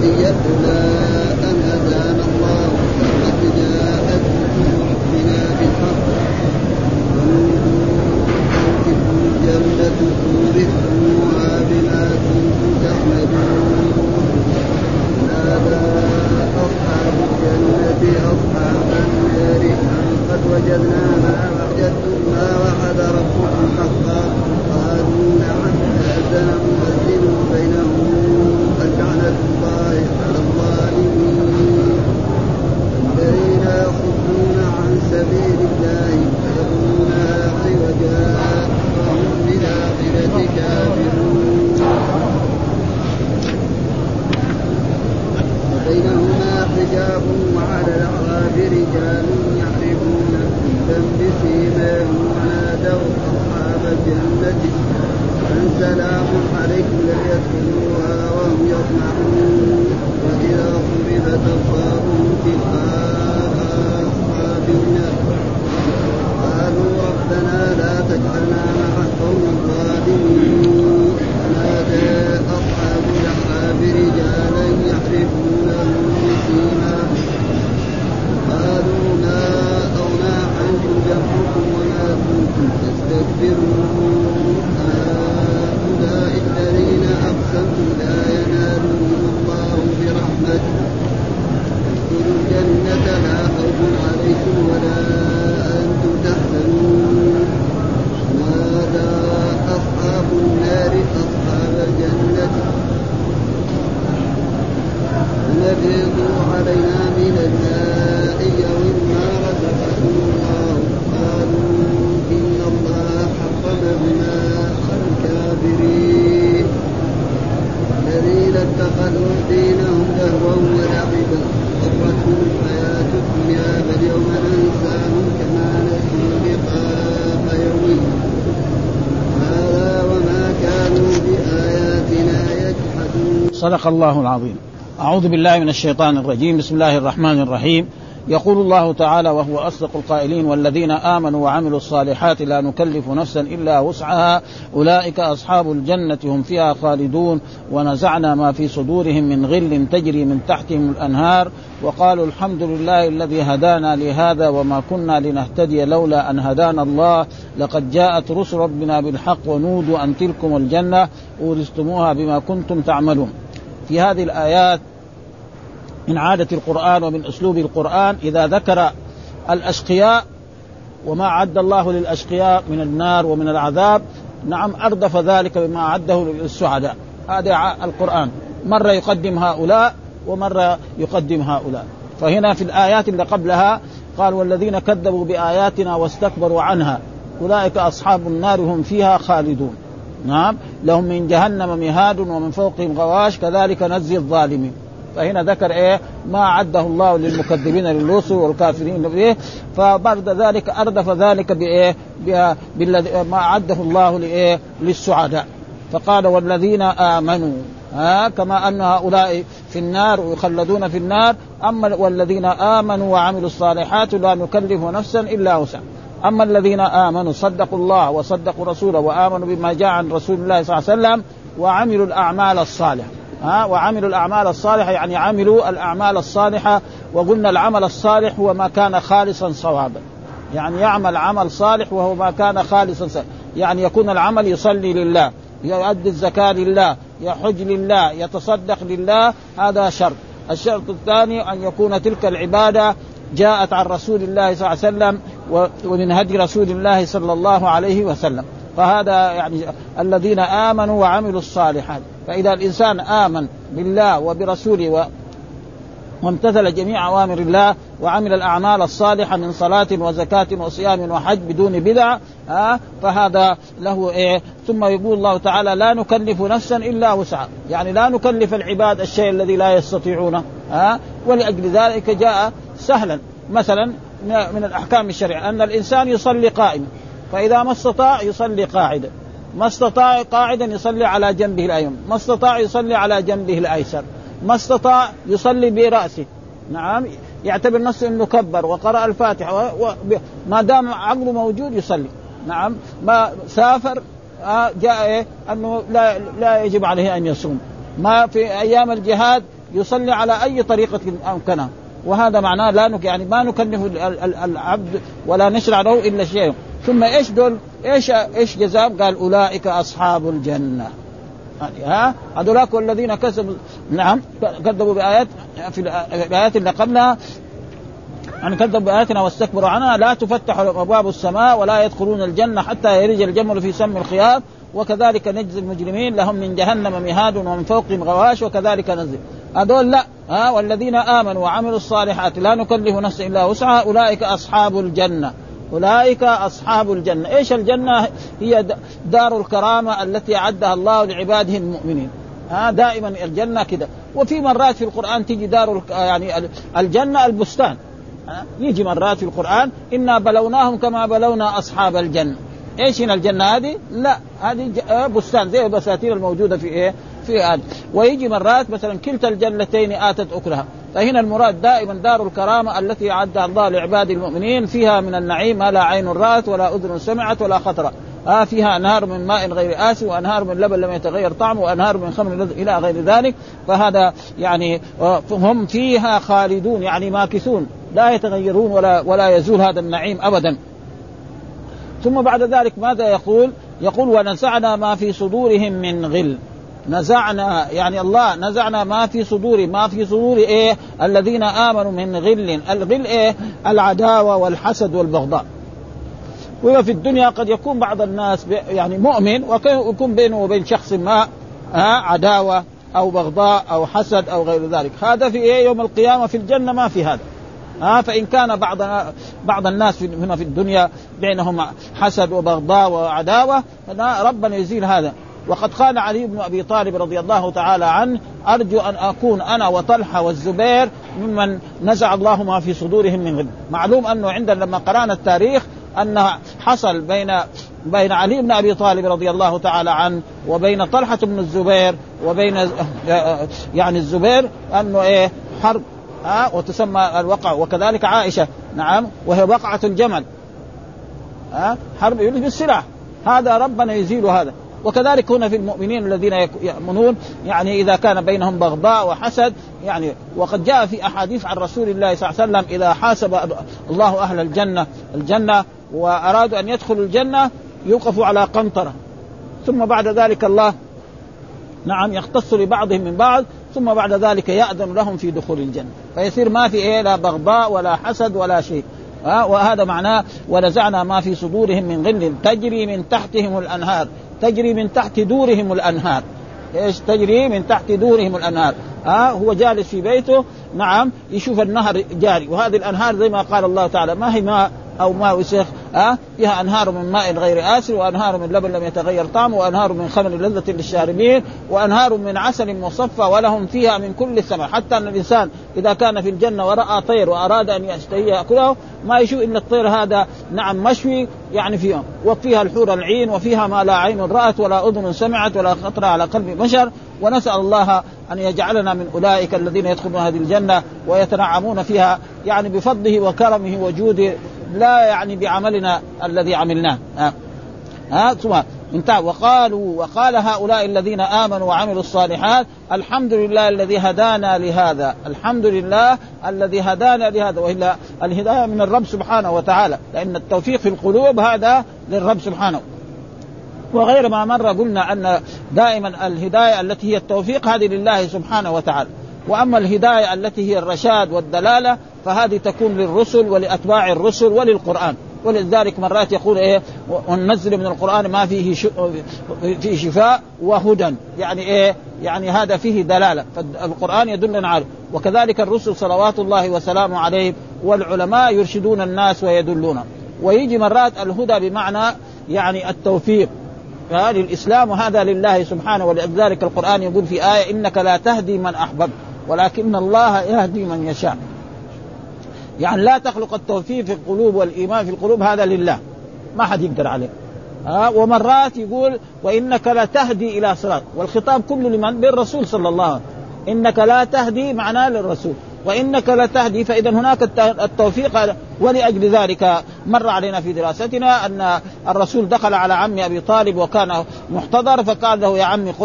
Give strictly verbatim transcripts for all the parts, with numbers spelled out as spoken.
الهدي لولا أن هدانا الله لقد جاءت رسل ربنا بالحق ونودوا أن تلكم الجنة أورثتموها بما كنتم تعملون نادى أصحاب الجنة أصحاب النار أن قد وجدنا ما وجدتم ما وعد ربكم حقا قالوا نعم فأذن مؤذن بينهم لعنة الله على الظالمين الذين يصدون عن سبيل الله يبغونها عوجا وهم بالآخرة كافرون بينهما حجاب وعلى الأعراب رجال يعرفون كلا بسيماهم ونادوا أصحاب الجنة أن سلام عليكم لم يدخلوها وهم يطمعون وإذا صرفت أبصارهم تلقاء أصحاب النار قالوا ربنا لا تجعلنا مع القوم الظالمين ونادى أصحاب الأعراب رجالا يعرفونهم بسيماهم قالوا ما أغنى عنكم جمعكم وما كنتم تستكبرون هؤلاء الذين أقسمتم لا ينالهم الله برحمته ادخلوا الجنة لا خوف عليكم ولا أنتم تحزنون نادى أصحاب النار أصحاب الجنة نبيضوا علينا من الماء ومما رزقكم الله قالوا إن الله حرمهما على الكافرين الذين اتخذوا دينهم لهوا ولعبا غرتهم الحياة الدنيا فاليوم ننساهم كما نسوا لقاء يومهم هذا وما كانوا بآياتنا يجحدون. صدق الله العظيم. أعوذ بالله من الشيطان الرجيم. بسم الله الرحمن الرحيم. يقول الله تعالى وهو أصدق القائلين والذين آمنوا وعملوا الصالحات لا نكلف نفسا إلا وسعها أولئك أصحاب الجنة هم فيها خالدون ونزعنا ما في صدورهم من غل تجري من تحتهم الأنهار وقالوا الحمد لله الذي هدانا لهذا وما كنا لنهتدي لولا أن هدانا الله لقد جاءت رسل ربنا بالحق ونودوا أن تلكم الجنة أورثتموها بما كنتم تعملون. في هذه الآيات من عادة القرآن ومن أسلوب القرآن إذا ذكر الأشقياء وما عد الله للأشقياء من النار ومن العذاب نعم أردف ذلك بما عده للسعداء. هذا القرآن مرة يقدم هؤلاء ومرة يقدم هؤلاء. فهنا في الآيات اللي قبلها قال والذين كذبوا بآياتنا واستكبروا عنها أولئك أصحاب النار هم فيها خالدون نعم لهم من جهنم مهاد ومن فوقهم غواش كذلك نجزي الظالمين. فهنا ذكر إيه ما عده الله للمكذبين للرسل والكافرين بإيه فبعد ذلك أردف ذلك بإيه بالذي ما عده الله لإيه للسعداء فقال والذين آمنوا ها كما أن هؤلاء في النار ويخلدون في النار أما والذين آمنوا وعملوا الصالحات لا نكلف نفسا إلا وسعها. أما الذين آمنوا صدقوا الله وصدقوا رسوله وآمنوا بما جاء عن رسول الله صلى الله عليه وسلم وعملوا الأعمال الصالحة ها وعملوا الأعمال الصالحة يعني عملوا الأعمال الصالحة. وقلنا العمل الصالح هو ما كان خالصا صوابا يعني يعمل عمل صالح وهو ما كان خالصا صوابا يعني يكون العمل يصلي لله يؤدي الزكاة لله يحج لله يتصدق لله هذا شرط. الشرط الثاني أن يكون تلك العبادة جاءت عن رسول الله صلى الله عليه وسلم ومن هدي رسول الله صلى الله عليه وسلم. فهذا يعني الذين آمنوا وعملوا الصالحات. فإذا الإنسان آمن بالله وبرسوله و... وامتثل جميع أوامر الله وعمل الأعمال الصالحة من صلاة وزكاة وصيام وحج بدون بدع آه فهذا له إيه. ثم يقول الله تعالى لا نكلف نفسا إلا وسعها يعني لا نكلف العباد الشيء الذي لا يستطيعونه آه ولأجل ذلك جاء سهلا مثلا من الأحكام الشرعية أن الإنسان يصلي قائما فإذا ما استطاع يصلي قاعدا ما استطاع قاعدا يصلي على جنبه الأيمن ما استطاع يصلي على جنبه الأيسر ما استطاع يصلي برأسه نعم يعتبر نفسه انه كبر وقرأ الفاتحة ما دام عقله موجود يصلي نعم. ما سافر جاء انه لا لا يجب عليه ان يصوم. ما في ايام الجهاد يصلي على أي طريقة أمكنه، وهذا معناه لا نك يعني ما نكلف العبد ولا نشرع له إلا شيء. ثم إيش دول إيش إيش جزاء؟ قال أولئك أصحاب الجنة. يعني ها هذولاك الذين كسبوا نعم كذبوا بآيات في الآيات اللي قبلها يعني كذبوا بآياتنا واستكبروا عنها لا تفتح أبواب السماء ولا يدخلون الجنة حتى يلج الجمل في سم الخياط وكذلك نجزي المجرمين لهم من جهنم مهاد ومن فوقهم غواش وكذلك نزل. هذول لا ها والذين آمنوا وعملوا الصالحات لا نكلف نفسا إلا وسعها أولئك أصحاب الجنة. أولئك أصحاب الجنة. إيش الجنة؟ هي دار الكرامة التي أعدها الله لعباده المؤمنين. ها دائما الجنة كده. وفي مرات في القرآن تيجي دار يعني الجنة البستان. يجي مرات في القرآن إنا بلوناهم كما بلونا أصحاب الجنة. إيش هنا الجنة هذه؟ لا هذه بستان زي البساتين الموجودة في إيه في هذا. ويجي مرات مثلا كلتا الجنتين آتت أكلها. فهنا المراد دائما دار الكرامة التي أعدها الله لعباد المؤمنين فيها من النعيم ما لا عين رأت ولا أذن سمعت ولا خطر. آه فيها أنهار من ماء غير آسن وأنهار من لبن لم يتغير طعمه وأنهار من خمر إلى غير ذلك. فهذا يعني هم فيها خالدون يعني ماكثون لا يتغيرون ولا ولا يزول هذا النعيم أبدا. ثم بعد ذلك ماذا يقول؟ يقول ونزعنا ما في صدورهم من غل. نزعنا يعني الله نزعنا ما في صدور ما في صدور إيه الذين آمنوا من غل. الغل إيه؟ العداوة والحسد والبغضاء. وفي الدنيا قد يكون بعض الناس يعني مؤمن ويكون بينه وبين شخص ما عداوة أو بغضاء أو حسد أو غير ذلك. هذا في إيه يوم القيامة في الجنة ما في هذا. ها فإن كان بعض بعض الناس هنا في الدنيا بينهم حسد وبغضاء وعداوة ربنا يزيل هذا. وقد قال علي بن أبي طالب رضي الله تعالى عنه أرجو أن أكون أنا وطلحة والزبير ممن نزع الله ما في صدورهم من غل. معلوم أنه عندنا لما قرأنا التاريخ أن حصل بين بين علي بن أبي طالب رضي الله تعالى عنه وبين طلحة بن الزبير وبين يعني الزبير أنه إيه حرب ها وتسمى الوقع. وكذلك عائشة نعم وهي وقعة الجمل ها حرب بالسلاح. هذا ربنا يزيل هذا. وكذلك هنا في المؤمنين الذين يؤمنون يعني إذا كان بينهم بغضاء وحسد يعني وقد جاء في أحاديث عن رسول الله صلى الله عليه وسلم إذا حاسب الله أهل الجنة الجنة وأرادوا أن يدخلوا الجنة يوقفوا على قنطرة ثم بعد ذلك الله نعم يختص لبعضهم من بعض ثم بعد ذلك يأذن لهم في دخول الجنة فيصير ما في إيه لا بغضاء ولا حسد ولا شيء. ها وهذا معناه ونزعنا ما في صدورهم من غل تجري من تحتهم الأنهار. تجري من تحت دورهم الأنهار. إيش تجري من تحت دورهم الأنهار؟ ها هو جالس في بيته نعم يشوف النهر جاري. وهذه الأنهار زي ما قال الله تعالى ما هي ماء أو ماء وسخ ها فيها أنهار من ماء غير آسن وأنهار من لبن لم يتغير طعمه وأنهار من خمر لذة للشاربين وأنهار من عسل مصفى ولهم فيها من كل الثمر. حتى أن الإنسان إذا كان في الجنة ورأى طير وأراد أن يشتهي يأكله ما يشوف إن الطير هذا نعم مشوي يعني فيها وفيها الحور العين وفيها ما لا عين رأت ولا أذن سمعت ولا خطر على قلب بشر. ونسأل الله أن يجعلنا من أولئك الذين يدخلون هذه الجنة ويتنعمون فيها يعني بفضله وكرمه وجوده لا يعني بعملنا الذي عملناه. ها ها ثم انتهى وقالوا وقال هؤلاء الذين آمنوا وعملوا الصالحات الحمد لله الذي هدانا لهذا. الحمد لله الذي هدانا لهذا. وإلا الهداية من الرب سبحانه وتعالى لأن التوفيق في القلوب هذا للرب سبحانه. وغير ما مر قلنا أن دائما الهداية التي هي التوفيق هذه لله سبحانه وتعالى. وأما الهداية التي هي الرشاد والدلالة فهذه تكون للرسل ولأتباع الرسل وللقرآن. ولذلك مرات يقول إيه وننزل من القرآن ما فيه فيه شفاء وهدى يعني إيه يعني هذا فيه دلالة فالقرآن يدلنا عليه. وكذلك الرسل صلوات الله وسلامه عليهم والعلماء يرشدون الناس ويدلون. ويجي مرات الهدى بمعنى يعني التوفيق للإسلام وهذا لله سبحانه. ولذلك القرآن يقول في آية إنك لا تهدي من أحببت ولكن الله يهدي من يشاء. يعني لا تخلق التوفيق في القلوب والإيمان في القلوب هذا لله ما حد يقدر عليه. ها ومرات يقول وإنك لا تهدي إلى صراط والخطاب كله لمن بالرسول صلى الله عليه وسلم. إنك لا تهدي معناه للرسول وإنك لا تهدي فإذا هناك التوفيق. ولأجل ذلك مر علينا في دراستنا أن الرسول دخل على عم أبي طالب وكان محتضر فقال له يا عمي قل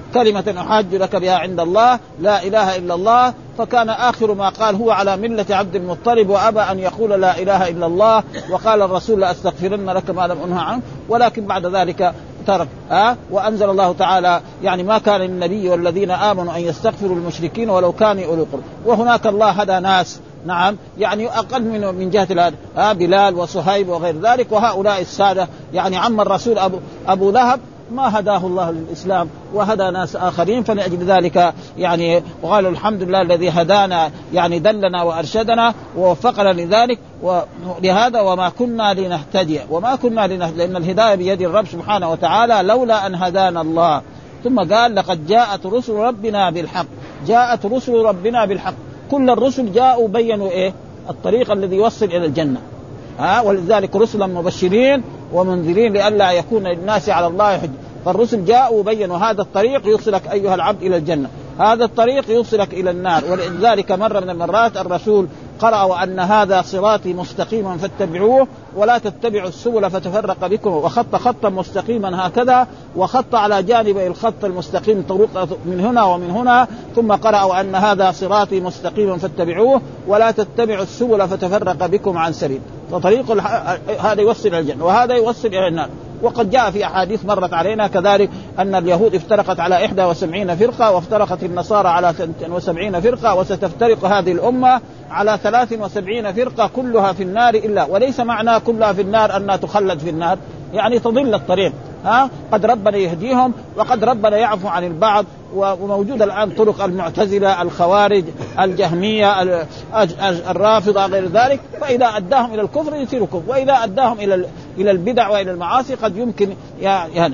كلمة أحاج لك بها عند الله لا إله إلا الله، فكان آخر ما قال هو على ملة عبد المطلب، وأبى أن يقول لا إله إلا الله، وقال الرسول لأستغفرن لك ما لم أنه عنه، ولكن بعد ذلك ترك. ها وأنزل الله تعالى يعني ما كان للنبي والذين آمنوا أن يستغفروا المشركين ولو كانوا أولي قربى. وهناك الله هدى ناس نعم يعني أقل من من جهة الهدى، ها بلال وصهيب وغير ذلك، وهؤلاء السادة يعني عم الرسول أبو أبو لهب ما هداه الله للإسلام وهدى ناس آخرين، فلأجل ذلك يعني وقالوا الحمد لله الذي هدانا يعني دلنا وأرشدنا ووفقنا لذلك، ولهذا وما كنا لنهتدي وما كنا لنهتدي لأن الهداية بيد الرب سبحانه وتعالى لولا أن هدانا الله. ثم قال لقد جاءت رسل ربنا بالحق، جاءت رسل ربنا بالحق، كل الرسل جاءوا بينوا إيه الطريق الذي يوصل إلى الجنة، ها ولذلك رسلا مبشرين ومنذرين لئلا يكون للناس على الله حجة. فالرسل جاءوا وبينوا هذا الطريق يوصلك أيها العبد إلى الجنة، هذا الطريق يوصلك إلى النار. ولذلك مرة من المرات الرسول قرأ وأن هذا صراطي مستقيما فاتبعوه ولا تتبعوا السبل فتفرق بكم، وخط خطا مستقيما هكذا، وخط على جانبي الخط المستقيم طرق من هنا ومن هنا، ثم قرأ وأن هذا صراطي مستقيما فاتبعوه ولا تتبعوا السبل فتفرق بكم عن سبيل. فطريق هذا يوصل إلى الجنة وهذا يوصل إلى النار. وقد جاء في أحاديث مرت علينا كذلك أن اليهود افترقت على إحدى وسبعين فرقة، وافترقت النصارى على ثلاث وسبعين فرقة، وستفترق هذه الأمة على ثلاث وسبعين فرقة كلها في النار إلا، وليس معنى كلها في النار أنها تخلد في النار، يعني تضل الطريق، ها قد ربنا يهديهم وقد ربنا يعفو عن البعض. وموجود الآن طرق المعتزلة الخوارج الجهمية الرافضة غير ذلك، فإذا أداهم إلى الكفر يصيروا كفر، وإذا أداهم إلى إلى البدع وإلى المعاصي قد يمكن يعني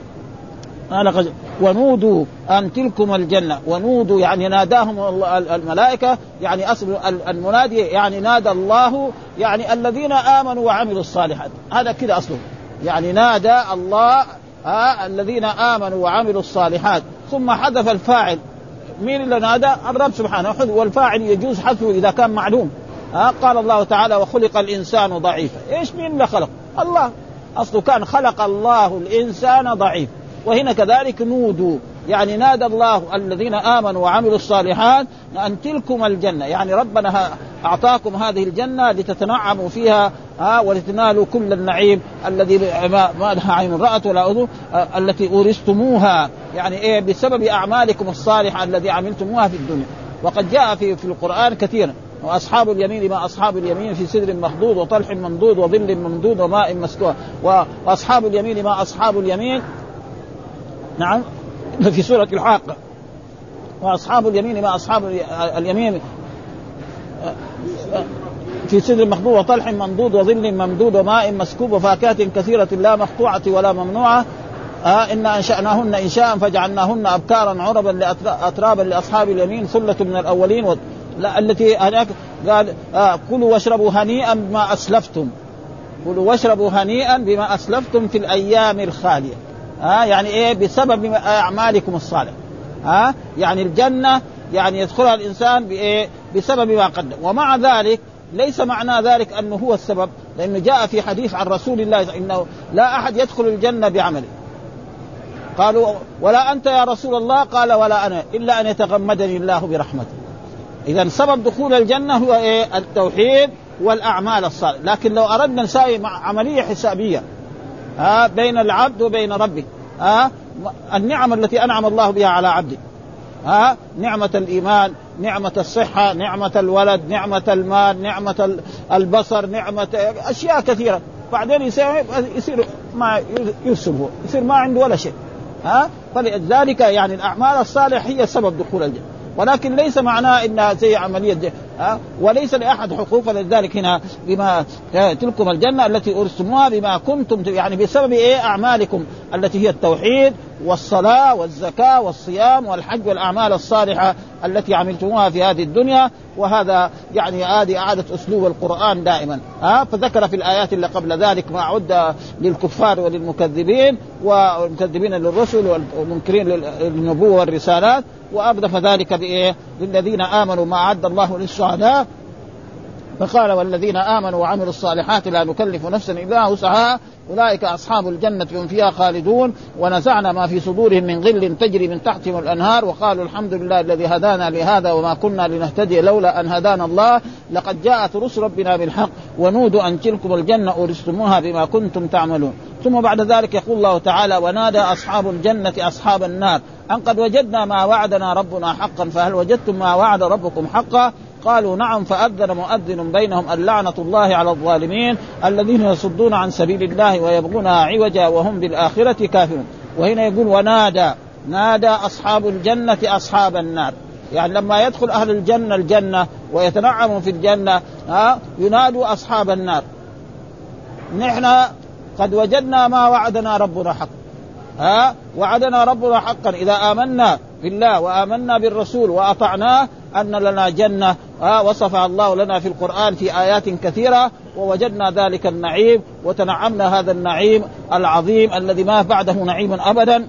ونودوا أن تلكم الجنة. ونودوا يعني ناداهم الملائكة، يعني أصل المنادي يعني نادى الله يعني الذين آمنوا وعملوا الصالحات، هذا كده أصله يعني نادى الله آه الذين آمنوا وعملوا الصالحات، ثم حذف الفاعل. مين اللي نادى؟ الرب سبحانه، والفاعل يجوز حذفه إذا كان معلوم. آه قال الله تعالى وخلق الإنسان ضعيفا، إيش مين اللي خلق؟ الله، أصله كان خلق الله الإنسان ضعيف. وهنا كذلك نودوا يعني نادى الله الذين آمنوا وعملوا الصالحات أن تلكم الجنة، يعني ربنا أعطاكم هذه الجنة لتتنعموا فيها ها ولتنالوا كل النعيم الذي ما لها عين رأت ولا أذن التي أورثتموها، يعني إيه بسبب أعمالكم الصالحة الذي عملتموها في الدنيا. وقد جاء في في القرآن كثيرا وأصحاب اليمين ما أصحاب اليمين في سدر مخضود وطلح ممدود وظل ممدود وماء مسكوب. وأصحاب اليمين ما أصحاب اليمين نعم في سورة الحاقة. وأصحاب اليمين ما أصحاب اليمين في سدر مخضود وطلح ممدود وظل ممدود وماء مسكوب وفاكهة كثيرة لا مقطوعة ولا ممنوعة. آه إن أنشأناهن إنشاء فجعلناهن أبكارا عربا أترابا لأصحاب اليمين ثلة من الأولين و... لا التي هناك قال آه كلوا واشربوا هنيئا بما أسلفتم، كلوا واشربوا هنيئا بما أسلفتم في الأيام الخالية. آه يعني إيه بسبب أعمالكم الصالحة. آه يعني الجنة يعني يدخلها الإنسان بإيه بسبب ما قدم. ومع ذلك ليس معنى ذلك أنه هو السبب، لأنه جاء في حديث عن رسول الله إنه لا أحد يدخل الجنة بعمله. قالوا ولا أنت يا رسول الله؟ قال ولا أنا إلا أن يتغمدني الله برحمته. إذن سبب دخول الجنة هو إيه التوحيد والأعمال الصالحة. لكن لو أردنا نساوي عملية حسابية ها بين العبد وبين ربه، ها النعم التي أنعم الله بها على عبده، ها نعمة الإيمان، نعمة الصحة، نعمة الولد، نعمة المال، نعمة البصر، نعمة أشياء كثيرة، بعدين يصير يصير ما يرسبه يصير ما عنده ولا شيء. ها فلذلك يعني الأعمال الصالحة هي سبب دخول الجنة، ولكن ليس معناه إنها زي عملية دي. ها وليس لأحد حقوق. فلذلك هنا بما تلكم الجنة التي أرسموها بما كنتم يعني بسبب إيه أعمالكم التي هي التوحيد والصلاة والزكاة والصيام والحج والأعمال الصالحة التي عملتموها في هذه الدنيا. وهذا يعني هذه عادة أسلوب القرآن دائما. ها فذكر في الآيات اللي قبل ذلك ما عد للكفار وللمكذبين والمكذبين للرسل والمنكرين للنبوة والرسالات، وأردف ذلك بإيه للذين آمنوا ما عد الله للشهداء فقال والذين آمنوا وعملوا الصالحات لا نكلف نفسا إلا وسعها أولئك أصحاب الجنة هم فيها خالدون ونزعنا ما في صدورهم من غل تجري من تحتهم الأنهار وقالوا الحمد لله الذي هدانا لهذا وما كنا لنهتدي لولا أن هدانا الله لقد جاءت رسل ربنا بالحق ونودوا أن تلكم الجنة أورثتموها بما كنتم تعملون. ثم بعد ذلك يقول الله تعالى ونادى أصحاب الجنة أصحاب النار أن قد وجدنا ما وعدنا ربنا حقا فهل وجدتم ما وعد ربكم حقا قالوا نعم فأذن مؤذن بينهم اللعنة الله على الظالمين الذين يصدون عن سبيل الله ويبغونها عوجا وهم بالآخرة كافرون. وهنا يقول ونادى نادى أصحاب الجنة أصحاب النار يعني لما يدخل أهل الجنة الجنة ويتنعموا في الجنة ها ينادوا أصحاب النار نحن قد وجدنا ما وعدنا ربنا حقا ها وعدنا ربنا حقا إذا آمنا بالله وآمنا بالرسول وأطعناه أن لنا جنة وصفها الله لنا في القرآن في آيات كثيرة ووجدنا ذلك النعيم وتنعمنا هذا النعيم العظيم الذي ما بعده نعيم أبدا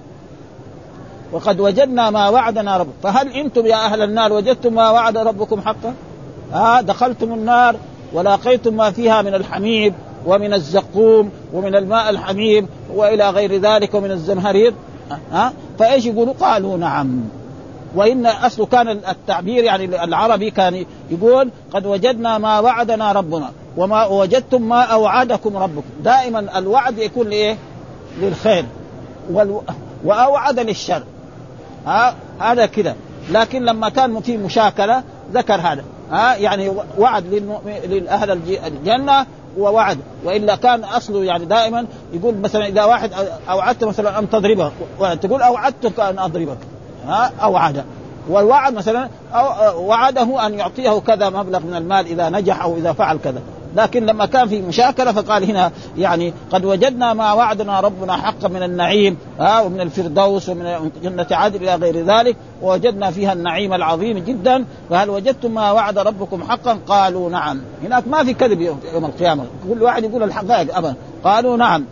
وقد وجدنا ما وعدنا رب. فهل أنتم يا أهل النار وجدتم ما وعد ربكم حقا؟ ها دخلتم النار ولاقيتم ما فيها من الحميم ومن الزقوم ومن الماء الحميم وإلى غير ذلك ومن الزمهرير ها فإيش يقولوا؟ قالوا نعم. وإن أصل كان التعبير يعني العربي كان يقول قد وجدنا ما وعدنا ربنا وما وجدتم ما أوعدكم ربكم. دائما الوعد يكون لإيه؟ للخير والو... وأوعد للشر ها هذا كده. لكن لما كان في مشاكلة ذكر هذا ها يعني وعد للأهل الجنة ووعد. وإلا كان أصله يعني دائما يقول مثلا إذا واحد أوعدت مثلا أن تضربه تقول أوعدتك أن أضربك ها أوعد. والوعد مثلا أو وعده أن يعطيه كذا مبلغ من المال إذا نجح أو إذا فعل كذا. لكن لما كان في مشاكلة فقال هنا يعني قد وجدنا ما وعدنا ربنا حقا من النعيم ها ومن الفردوس ومن جنة عدن إلى غير ذلك ووجدنا فيها النعيم العظيم جدا فهل وجدتم ما وعد ربكم حقا قالوا نعم. هناك ما في كذب يوم القيامة كل واحد يقول الحقائق أبدا. قالوا نعم.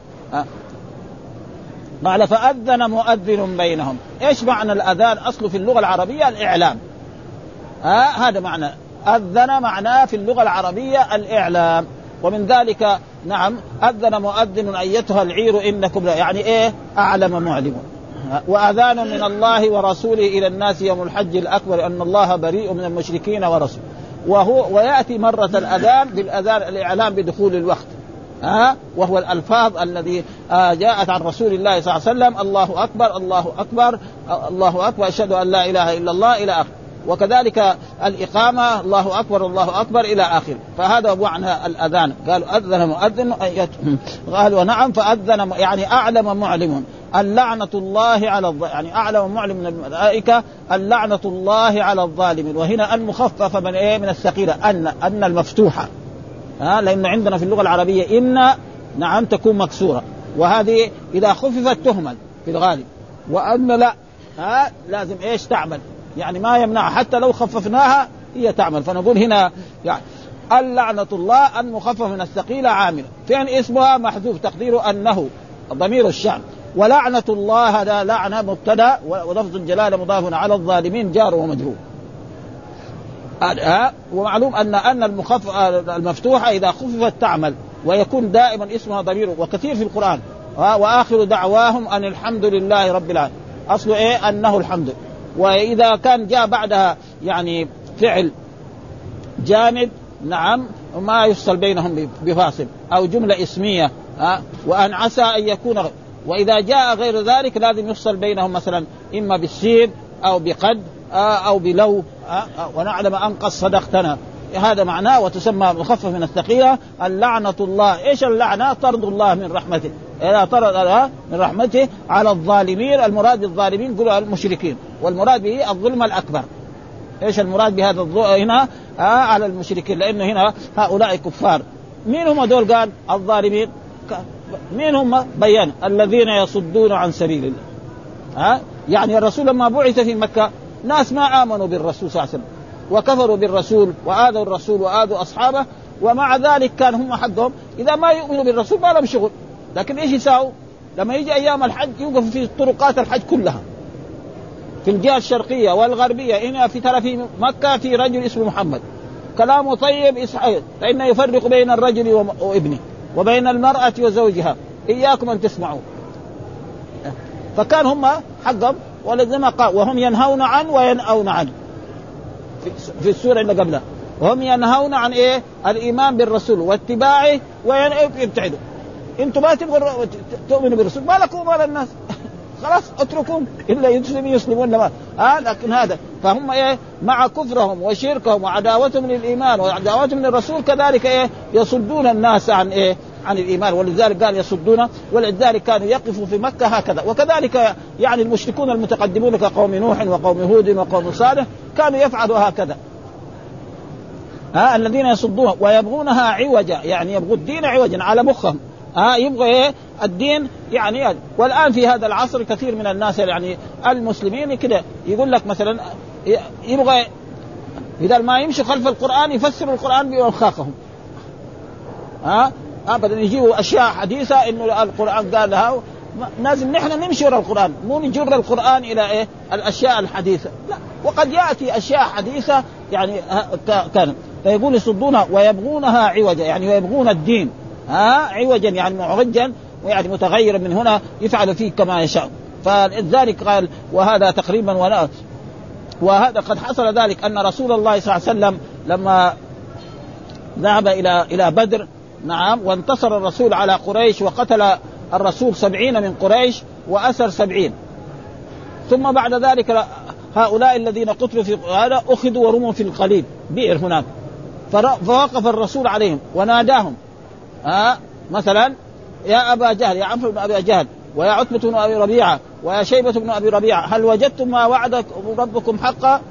قال فأذن مؤذن بينهم. إيش معنى الأذان؟ أصله في اللغة العربية الإعلام ها هذا معنى أذن معناه في اللغة العربية الإعلام. ومن ذلك نعم أذن مؤذن أيتها العير إنكم يعني إيه أعلم معلم. وأذان من الله ورسوله إلى الناس يوم الحج الأكبر أن الله بريء من المشركين ورسوله. وهو ويأتي مرة الأذان بالأذان الإعلام بدخول الوقت ها وهو الألفاظ الذي جاءت عن رسول الله صلى الله عليه وسلم الله أكبر الله أكبر الله أكبر أشهد أن لا إله إلا الله إلى آخر. وكذلك الإقامة الله أكبر الله أكبر إلى آخر. فهذا معنى الأذان. قالوا أذن مؤذن قالوا نعم فأذن يعني أعلم معلم اللعنة الله على الظالمين يعني أعلم معلم من الملائكة اللعنة الله على الظالمين. وهنا المخففة من إيه من الثقيلة أن أن المفتوحة ها لأن عندنا في اللغة العربية إن نعم تكون مكسورة وهذه إذا خففت تهمل في الغالب وأن لا ها لازم إيش تعمل يعني ما يمنع حتى لو خففناها هي تعمل. فنقول هنا يعني اللعنة الله المخفف من الثقيلة عامل فين اسمها محذوف تقديره أنه ضمير الشأن ولعنة الله هذا لعنة مبتدأ ولفظ الجلالة مضاف على الظالمين جار ومجرور. ومعلوم أن أن المخفف المفتوحة إذا خففت تعمل ويكون دائما اسمها ضمير وكثير في القرآن وآخر دعواهم أن الحمد لله رب العالمين أصله إيه أنه الحمد. وإذا كان جاء بعدها يعني فعل جامد نعم ما يفصل بينهم بفاصل أو جملة اسمية ها وأن عسى أن يكون غير. وإذا جاء غير ذلك لازم يفصل بينهم مثلا إما بالسين أو بقد أو بلو ونعلم أن قد صدقتنا هذا معناه. وتسمى مخفف من الثقيلة اللعنة الله. إيش اللعنة؟ طرد الله من رحمته إذا طرد من رحمته على الظالمين. المراد بالظالمين قلوا المشركين والمراد به الظلم الأكبر. إيش المراد بهذا هنا آه على المشركين لأنه هنا هؤلاء كفار. مين هم دول؟ قال الظالمين. مين هم؟ بيان الذين يصدون عن سبيل الله ها آه يعني الرسول لما بعث في مكة ناس ما آمنوا بالرسول صلى الله عليه وسلم وكفروا بالرسول وآذوا الرسول وآذوا أصحابه ومع ذلك كان هم حقهم إذا ما يؤمنوا بالرسول ما لهم شغل. لكن إيش يساووا لما يجي أيام الحج يوقف في طرقات الحج كلها في الجهة الشرقية والغربية. هنا في ترى في مكة في رجل اسمه محمد كلامه طيب إسحاق فإنه يفرق بين الرجل وابنه وبين المرأة وزوجها إياكم أن تسمعوا. فكان هم حقهم ولذما قال وهم ينهون عن وينأون عنه في السورة اللي قبلها. وهم ينهون عن إيه؟ الإيمان بالرسول واتباعه ويبتعدوا. انتم ما تبغوا تؤمنوا بالرسول ما لكم ولا الناس خلاص اتركهم إلا يسلم يسلمون ما آه لكن هذا فهم إيه مع كفرهم وشركهم وعداوتهم للإيمان وعداوتهم للرسول كذلك إيه يصدون الناس عن إيه عن الإيمان. ولذلك قال يصدون ولذلك كانوا يقفوا في مكة هكذا. وكذلك يعني المشركون المتقدمون كقوم نوح وقوم هود وقوم صالح كانوا يفعلوا هكذا ها الذين يصدون ويبغونها عوجا يعني يبغوا الدين عوجا على مخهم ها يبغى إيه الدين يعني. والآن في هذا العصر كثير من الناس يعني المسلمين كده يقول لك مثلا يبغى إذا ما يمشي خلف القرآن يفسر القرآن بأوخاخهم ها أبدا يجيبوا أشياء حديثة إنه القرآن قال لها لازم نحن نمشي ورا القرآن مو نجر القرآن إلى إيه الأشياء الحديثة لا. وقد يأتي أشياء حديثة يعني كان فيقول يصدونها ويبغونها عوجا يعني ويبغون الدين ها عوجا يعني معوجا ويعني متغيرا من هنا يفعل فيه كما يشاء. فلذلك قال وهذا تقريبا ولا وهذا قد حصل ذلك أن رسول الله صلى الله عليه وسلم لما ذهب إلى إلى بدر نعم وانتصر الرسول على قريش وقتل الرسول سبعين من قريش وأسر سبعين ثم بعد ذلك هؤلاء الذين قتلوا في هذا أخذوا ورموا في القليب بئر هناك فوقف الرسول عليهم وناداهم ها مثلا يا أبا جهل يا عمرو بن أبي جهل ويا عتبة بن أبي ربيعة ويا شيبة بن أبي ربيعة هل وجدتم ما وعدك ربكم حقا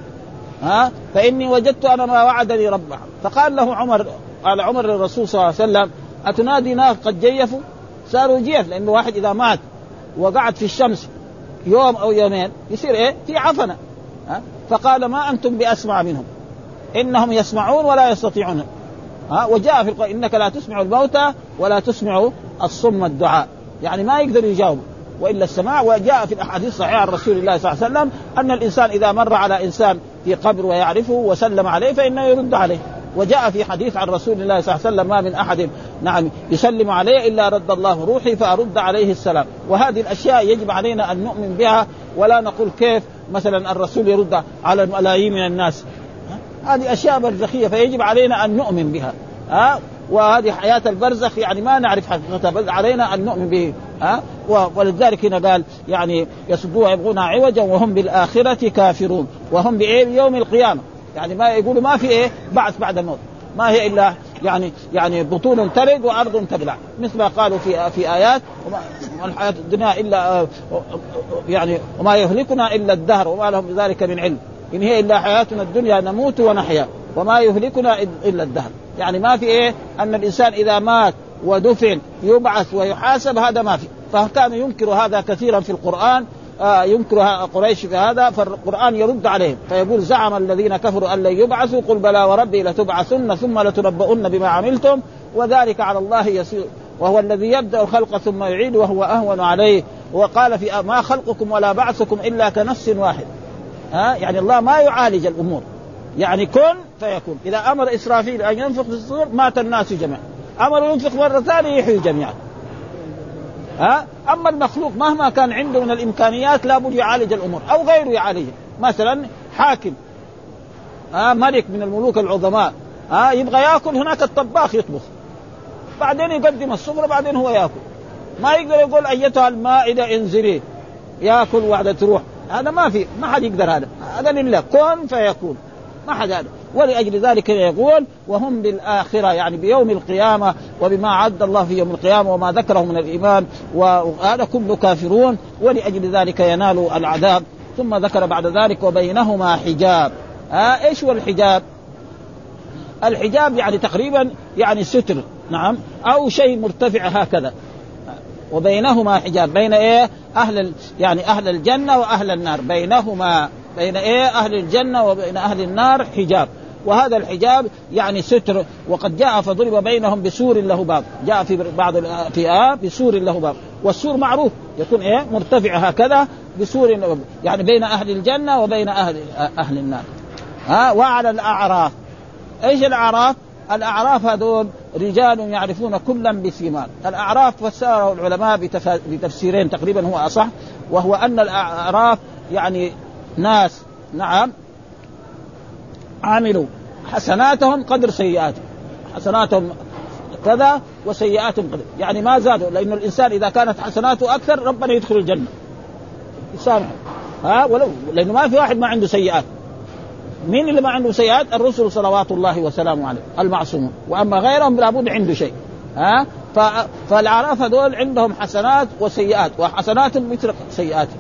ها فإني وجدت أنا ما وعدني ربه. فقال له عمر قال عمر للرسول صلى الله عليه وسلم أتنادي ناس قد جيفوا صاروا جيف لأنه واحد إذا مات وقعد في الشمس يوم أو يومين يصير إيه في عفنة ها؟ فقال ما أنتم بأسمع منهم إنهم يسمعون ولا يستطيعون ها وجاء في القرآن إنك لا تسمع الموتى ولا تسمع الصم الدعاء يعني ما يقدر يجاوب وإلا السماع. وجاء في الأحاديث الصحيحة عن رسول الله صلى الله عليه وسلم أن الإنسان إذا مر على إنسان في قبر ويعرفه وسلم عليه فإنه يرد عليه. وجاء في حديث عن رسول الله صلى الله عليه وسلم ما من أحد نعم يسلم عليه إلا رد الله روحي فأرد عليه السلام. وهذه الأشياء يجب علينا أن نؤمن بها ولا نقول كيف مثلا الرسول يرد على الملايين من الناس هذه أشياء برزخية فيجب علينا أن نؤمن بها ها. وهذه حياة البرزخ يعني ما نعرف حقيقتها بل علينا أن نؤمن به ها. ولذلك هنا قال يعني يصدون يبغونها عوجا وهم بالآخرة كافرون وهم بإيه بيوم القيامة يعني ما يقولوا ما في إيه بعث بعد الموت ما هي إلا يعني يعني بطون تلد وأرض تبلع مثل ما قالوا في في آيات وما الحياة الدنيا إلا يعني وما يهلكنا إلا الدهر وما لهم بذلك من علم إن هي إلا حياتنا الدنيا نموت ونحيا وما يهلكنا إلا الدهر يعني ما في إيه أن الإنسان إذا مات ودفن يبعث ويحاسب هذا ما في. فكانوا ينكر هذا كثيرا في القرآن آه ينكر قريش في هذا فالقرآن يرد عليهم فيقول زعم الذين كفروا أن لن يبعثوا قل بلى وربي لتبعثن ثم لتنبؤن بما عملتم وذلك على الله يسير وهو الذي يبدأ الخلق ثم يعيد وهو أهون عليه. وقال في ما خلقكم ولا بعثكم إلا كنفس واحد ها يعني الله ما يعالج الأمور يعني كن فيكون. إذا أمر إسرافيل أن ينفخ في الصور مات الناس جميعا أمر ينفخ مرة ثانية يحيي جميعا ها. أما المخلوق مهما كان عنده من الإمكانيات لابد يعالج الأمور أو غيره يعالجه. مثلا حاكم ها ملك من الملوك العظماء ها يبغى يأكل هناك الطباخ يطبخ بعدين يقدم السفرة بعدين هو يأكل ما يقدر يقول أيتها المائدة انزلي يأكل وعدة تروح هذا ما في ما حد يقدر هذا هذا لله كن فيكون ما حد هذا. ولأجل ذلك يقول وهم بالآخرة يعني بيوم القيامة وبما عد الله في يوم القيامة وما ذكره من الإيمان وهذا كله كافرون ولأجل ذلك ينالوا العذاب. ثم ذكر بعد ذلك وبينهما حجاب آه إيش هو الحجاب؟ الحجاب يعني تقريبا يعني ستر نعم أو شيء مرتفع هكذا وبينهما حجاب بين إيه أهل يعني أهل الجنة وأهل النار بينهما بين إيه أهل الجنة وبين أهل النار حجاب. وهذا الحجاب يعني ستر. وقد جاء فضرب بينهم بسور له باب جاء في بعض في آه بسور له باب والسور معروف يكون إيه مرتفع هكذا بسور يعني بين أهل الجنة وبين أهل أهل النار ها. وعلى الأعراف ايش الاعراف؟ الاعراف هذول رجال يعرفون كلا بسيماهم. الاعراف فسره العلماء بتف... بتفسيرين تقريبا هو اصح، وهو ان الاعراف يعني ناس نعم عملوا حسناتهم قدر سيئاتهم، حسناتهم كذا وسيئاتهم قدر، يعني ما زادوا، لأن الإنسان إذا كانت حسناته أكثر ربنا يدخل الجنة يسامح، ها ولو لأنه ما في واحد ما عنده سيئات. مين اللي ما عنده سيئات؟ الرسل صلوات الله وسلامه عليه المعصومون، وأما غيرهم لابد عنده شيء. ها فالأعراف هذول عندهم حسنات وسيئات، وحسناتهم مثل سيئاتهم،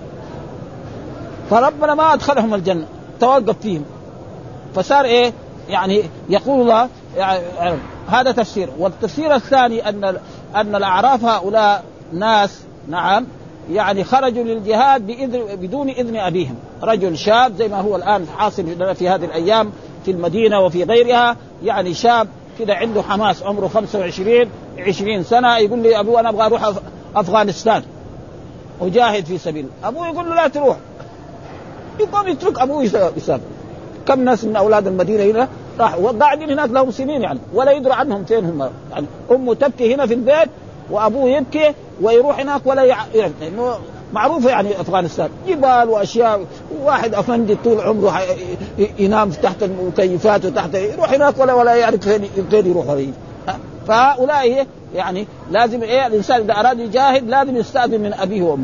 فربنا ما أدخلهم الجنة، توقف فيهم، فصار إيه يعني يقول الله يعني هذا تفسير. والتفسير الثاني أن أن الأعراف هؤلاء ناس نعم يعني خرجوا للجهاد بإذن بدون إذن أبيهم، رجل شاب زي ما هو الآن حاصل في هذه الأيام في المدينة وفي غيرها، يعني شاب كده عنده حماس عمره خمسة وعشرين عشرين سنة يقول لي أبوه أنا أبغى أروح أفغانستان وجاهد في سبيل، أبوه يقول له لا تروح، يقوم يترك أبوه يسافر. كم ناس من أولاد المدينة هنا راح وقاعدين هناك لهم سنين يعني ولا يدري عنهم فين هم، يعني أمه تبكي هنا في البيت وأبوه يبكي ويروح هناك ولا يعرف، لأنه معروفة يعني أفغانستان جبال وأشياء، واحد أفندي طول عمره ينام تحت المكيفات وتحت يروح هناك ولا ولا يعرف فين فين يروح وين. فهؤلاء يعني لازم إيه الإنسان إذا أراد يجاهد لازم يستأذن من أبيه وأمه.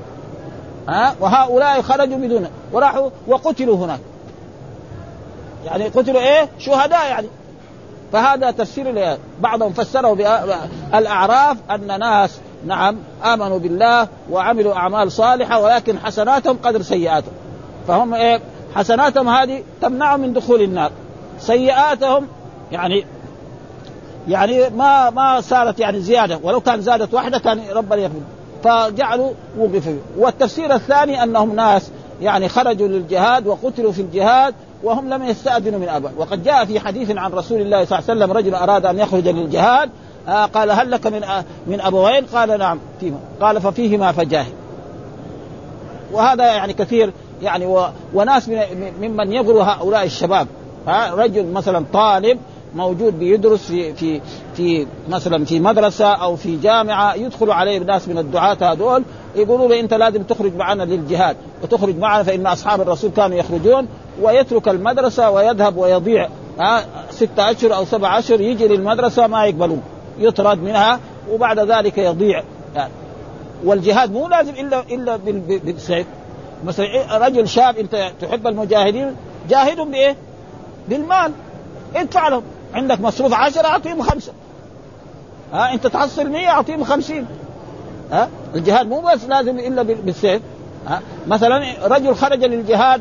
ها وهؤلاء خرجوا بدون وراحوا وقتلوا هناك، يعني قتلوا ايه شهداء يعني. فهذا تفسير بعضهم فسروا بالأعراف أن ناس نعم آمنوا بالله وعملوا أعمال صالحة ولكن حسناتهم قدر سيئاتهم، فهم ايه حسناتهم هذه تمنعهم من دخول النار، سيئاتهم يعني يعني ما ما صارت يعني زيادة، ولو كان زادت واحدة كان ربنا يغفر، فجعلوا وقفوا. والتفسير الثاني أنهم ناس يعني خرجوا للجهاد وقتلوا في الجهاد وهم لم يستأذنوا من أبوه. وقد جاء في حديث عن رسول الله صلى الله عليه وسلم رجل أراد أن يخرج للجهاد آه قال هل لك من آه من أبوين؟ قال نعم فيهما، قال ففيهما فجاهد. وهذا يعني كثير يعني و... وناس من... ممن يغروا هؤلاء الشباب. ها رجل مثلا طالب موجود بيدرس في في في مثلا في مدرسة أو في جامعة، يدخل عليه ناس من الدعاة هذول يقولوا له أنت لازم تخرج معنا للجهاد وتخرج معنا، فإن أصحاب الرسول كانوا يخرجون ويترك المدرسة ويذهب ويضيع ها ستة أشهر أو سبعة أشهر، يجي للمدرسة ما يقبلون، يطرد منها وبعد ذلك يضيع يعني. والجهاد مو لازم إلا إلا بالسيف. مثلا رجل شاب أنت تحب المجاهدين جاهدهم بإيه؟ بالمال، ادفع لهم، عندك مصروف عشرة أعطيهم خمسة، ها أنت تحصل مية أعطيهم خمسين. ها الجهاد مو بس لازم إلا بالسيف. ها مثلا رجل خرج للجهاد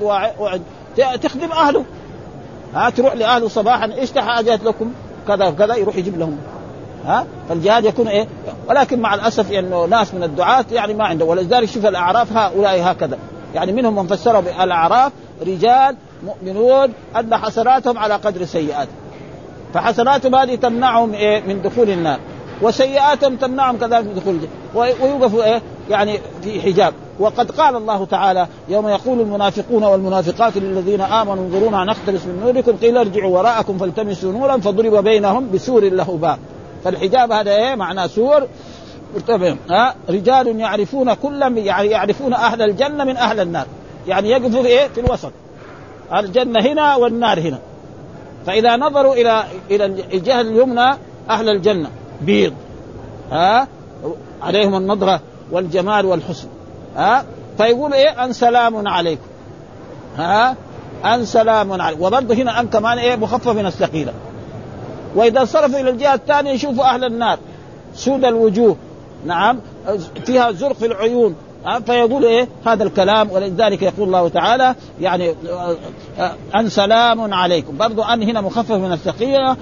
وتخدم أهله، ها تروح لأهله صباحا إيش حاجات لكم كذا كذا يروح يجيب لهم. ها فالجهاد يكون إيه، ولكن مع الأسف إنه ناس من الدعاة يعني ما عنده. ولذلك شوف الأعراف هؤلاء هكذا يعني منهم من فسروا بالأعراف رجال مؤمنون أن حسناتهم على قدر سيئاتهم، فحسناتهم هذه تمنعهم إيه من دخول النار، وسيئاتهم تمنعهم كذلك من دخول الجنة، ويوقفوا إيه يعني في حجاب. وقد قال الله تعالى يوم يقول المنافقون والمنافقات للذين آمنوا انظرونا نقتبس من نوركم قيل ارجعوا وراءكم فالتمسوا نورا فضرب بينهم بسور له باب. فالحجاب هذا إيه معناه سور مرتفع. ها رجال يعرفون كلا يعني يعرفون أهل الجنة من أهل النار، يعني يقفوا في إيه في الوسط، الجنة هنا والنار هنا. فإذا نظروا إلى إلى الجهة اليمنى أهل الجنة بيض، ها عليهم النضرة والجمال والحسن، ها فيقول إيه أن سلام عليكم، ها أن سلام عليكم. وبرضه هنا أن كمان إيه مخفف من الثقيلة. وإذا صرفوا إلى الجهة الثانية يشوفوا أهل النار سود الوجوه، نعم فيها زرق في العيون، فيقول إيه هذا الكلام. ولذلك يقول الله تعالى يعني أن سلام عليكم، برضو أن هنا مخفف من الثقيلة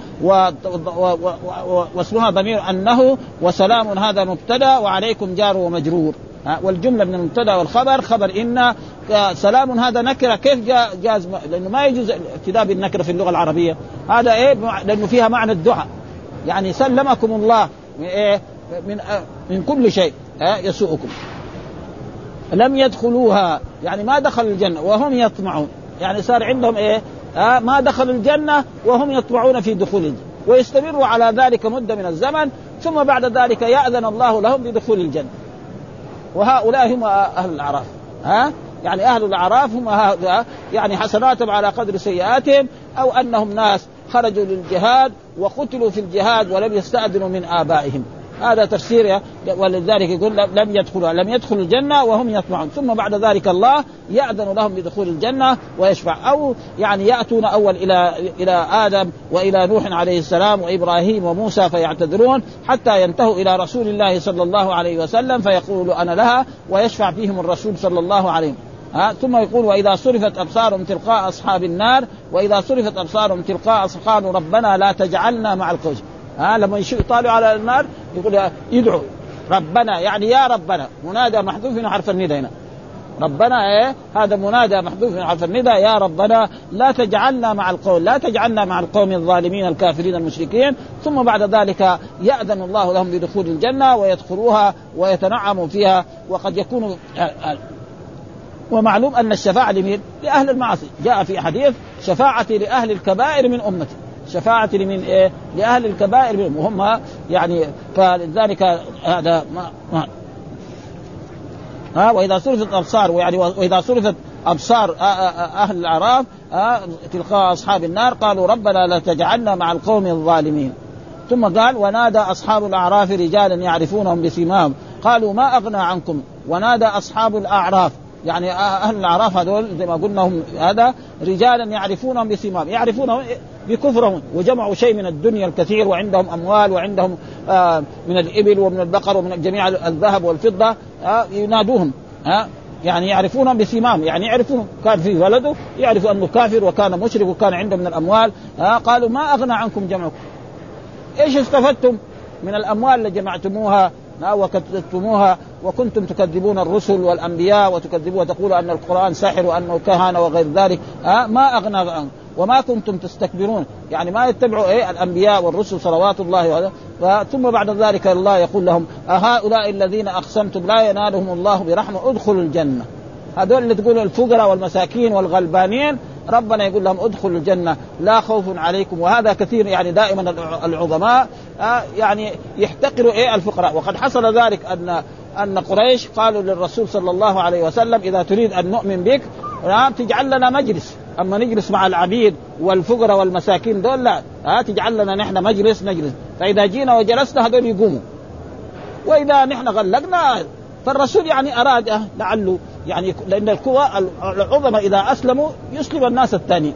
واسمها ضمير أنه، وسلام هذا مبتدا وعليكم جار ومجرور، والجملة من المبتدا والخبر خبر إن. سلام هذا نكرة كيف جاز؟ لأنه ما يجوز ابتداء بالنكرة في اللغة العربية، هذا إيه لأنه فيها معنى الدعاء، يعني سلمكم الله من إيه من من كل شيء يسوءكم. لم يدخلوها يعني ما دخل الجنة وهم يطمعون، يعني صار عندهم إيه آه ما دخلوا الجنة وهم يطمعون في دخول الجنة، ويستمروا على ذلك مدة من الزمن، ثم بعد ذلك يأذن الله لهم بدخول الجنة. وهؤلاء هم أهل الأعراف. ها يعني أهل الأعراف هم يعني حسناتهم على قدر سيئاتهم، أو أنهم ناس خرجوا للجهاد وقتلوا في الجهاد ولم يستأذنوا من آبائهم. هذا تفسير، ولذلك يقول لم يدخلوا لم يدخلوا الجنة وهم يطمعون، ثم بعد ذلك الله يأذن لهم بدخول الجنة ويشفع. أو يعني يأتون أول إلى إلى آدم وإلى نوح عليه السلام وإبراهيم وموسى فيعتذرون حتى ينتهوا إلى رسول الله صلى الله عليه وسلم فيقول أنا لها، ويشفع فيهم الرسول صلى الله عليه وسلم. ها ثم يقول وإذا صرفت أبصارهم تلقاء أصحاب النار وإذا صرفت أبصارهم تلقاء قالوا ربنا لا تجعلنا مع القوم. ها لما يطالعوا على النار يقول يدعو ربنا، يعني يا ربنا، منادى محذوف من حرف النداء هنا. ربنا ايه هذا منادى محذوف من حرف النداء، يا ربنا لا تجعلنا مع القوم، لا تجعلنا مع القوم الظالمين الكافرين المشركين. ثم بعد ذلك يأذن الله لهم بدخول الجنة ويدخلوها ويتنعموا فيها. وقد يكون ومعلوم أن الشفاعة لمين؟ لأهل المعاصي. جاء في حديث شفاعتي لأهل الكبائر من أمتي، شفاعة لمن إيه؟ لأهل الكبائر منهم وهم يعني. فلذلك هذا ما, ما ها وإذا صرفت الأبصار، ويعني وإذا صرفت أبصار أهل الأعراف تلقاء أصحاب النار قالوا ربنا لا تجعلنا مع القوم الظالمين. ثم قال ونادى أصحاب الأعراف رجالا يعرفونهم بسيماهم قالوا ما أغنى عنكم. ونادى أصحاب الأعراف يعني أهل الأعراف هذول زي ما قلنا هم هذا رجالا يعرفونهم بسيماهم، يعرفونهم بكفرهم وجمعوا شيء من الدنيا الكثير وعندهم أموال وعندهم آه من الإبل ومن البقر ومن جميع الذهب والفضة، آه ينادوهم آه يعني يعرفونهم بسيماهم، يعني يعرفون كان في ولده يعرفوا أنه كافر وكان مشرك وكان عنده من الأموال. آه قالوا ما أغنى عنكم جمعكم، إيش استفدتم من الأموال اللي جمعتموها وكذبتموها وكنتم تكذبون الرسل والأنبياء وتكذبوا وتقولوا أن القرآن ساحر وأنه كهنة وغير ذلك. آه ما أغنى عنكم وما كنتم تستكبرون، يعني ما يتبعوا إيه الأنبياء والرسل صلوات الله. ثم بعد ذلك الله يقول لهم أهؤلاء الذين أقسمتم لا ينالهم الله برحمة ادخلوا الجنة. هذول اللي تقولوا الفقراء والمساكين والغلبانين ربنا يقول لهم ادخلوا الجنة لا خوف عليكم. وهذا كثير يعني دائما العظماء آه يعني يحتقروا إيه الفقراء. وقد حصل ذلك أن أن قريش قالوا للرسول صلى الله عليه وسلم إذا تريد أن نؤمن بك تجعل لنا مجلس، أما نجلس مع العبيد والفقراء والمساكين دول لا، ها تجعل لنا نحن مجلس نجلس، فإذا جينا وجلسنا هذول يقوموا وإذا نحن غلقنا. فالرسول يعني أراد لعله يعني لأن القوى العظمى إذا أسلموا يسلم الناس الثانيين،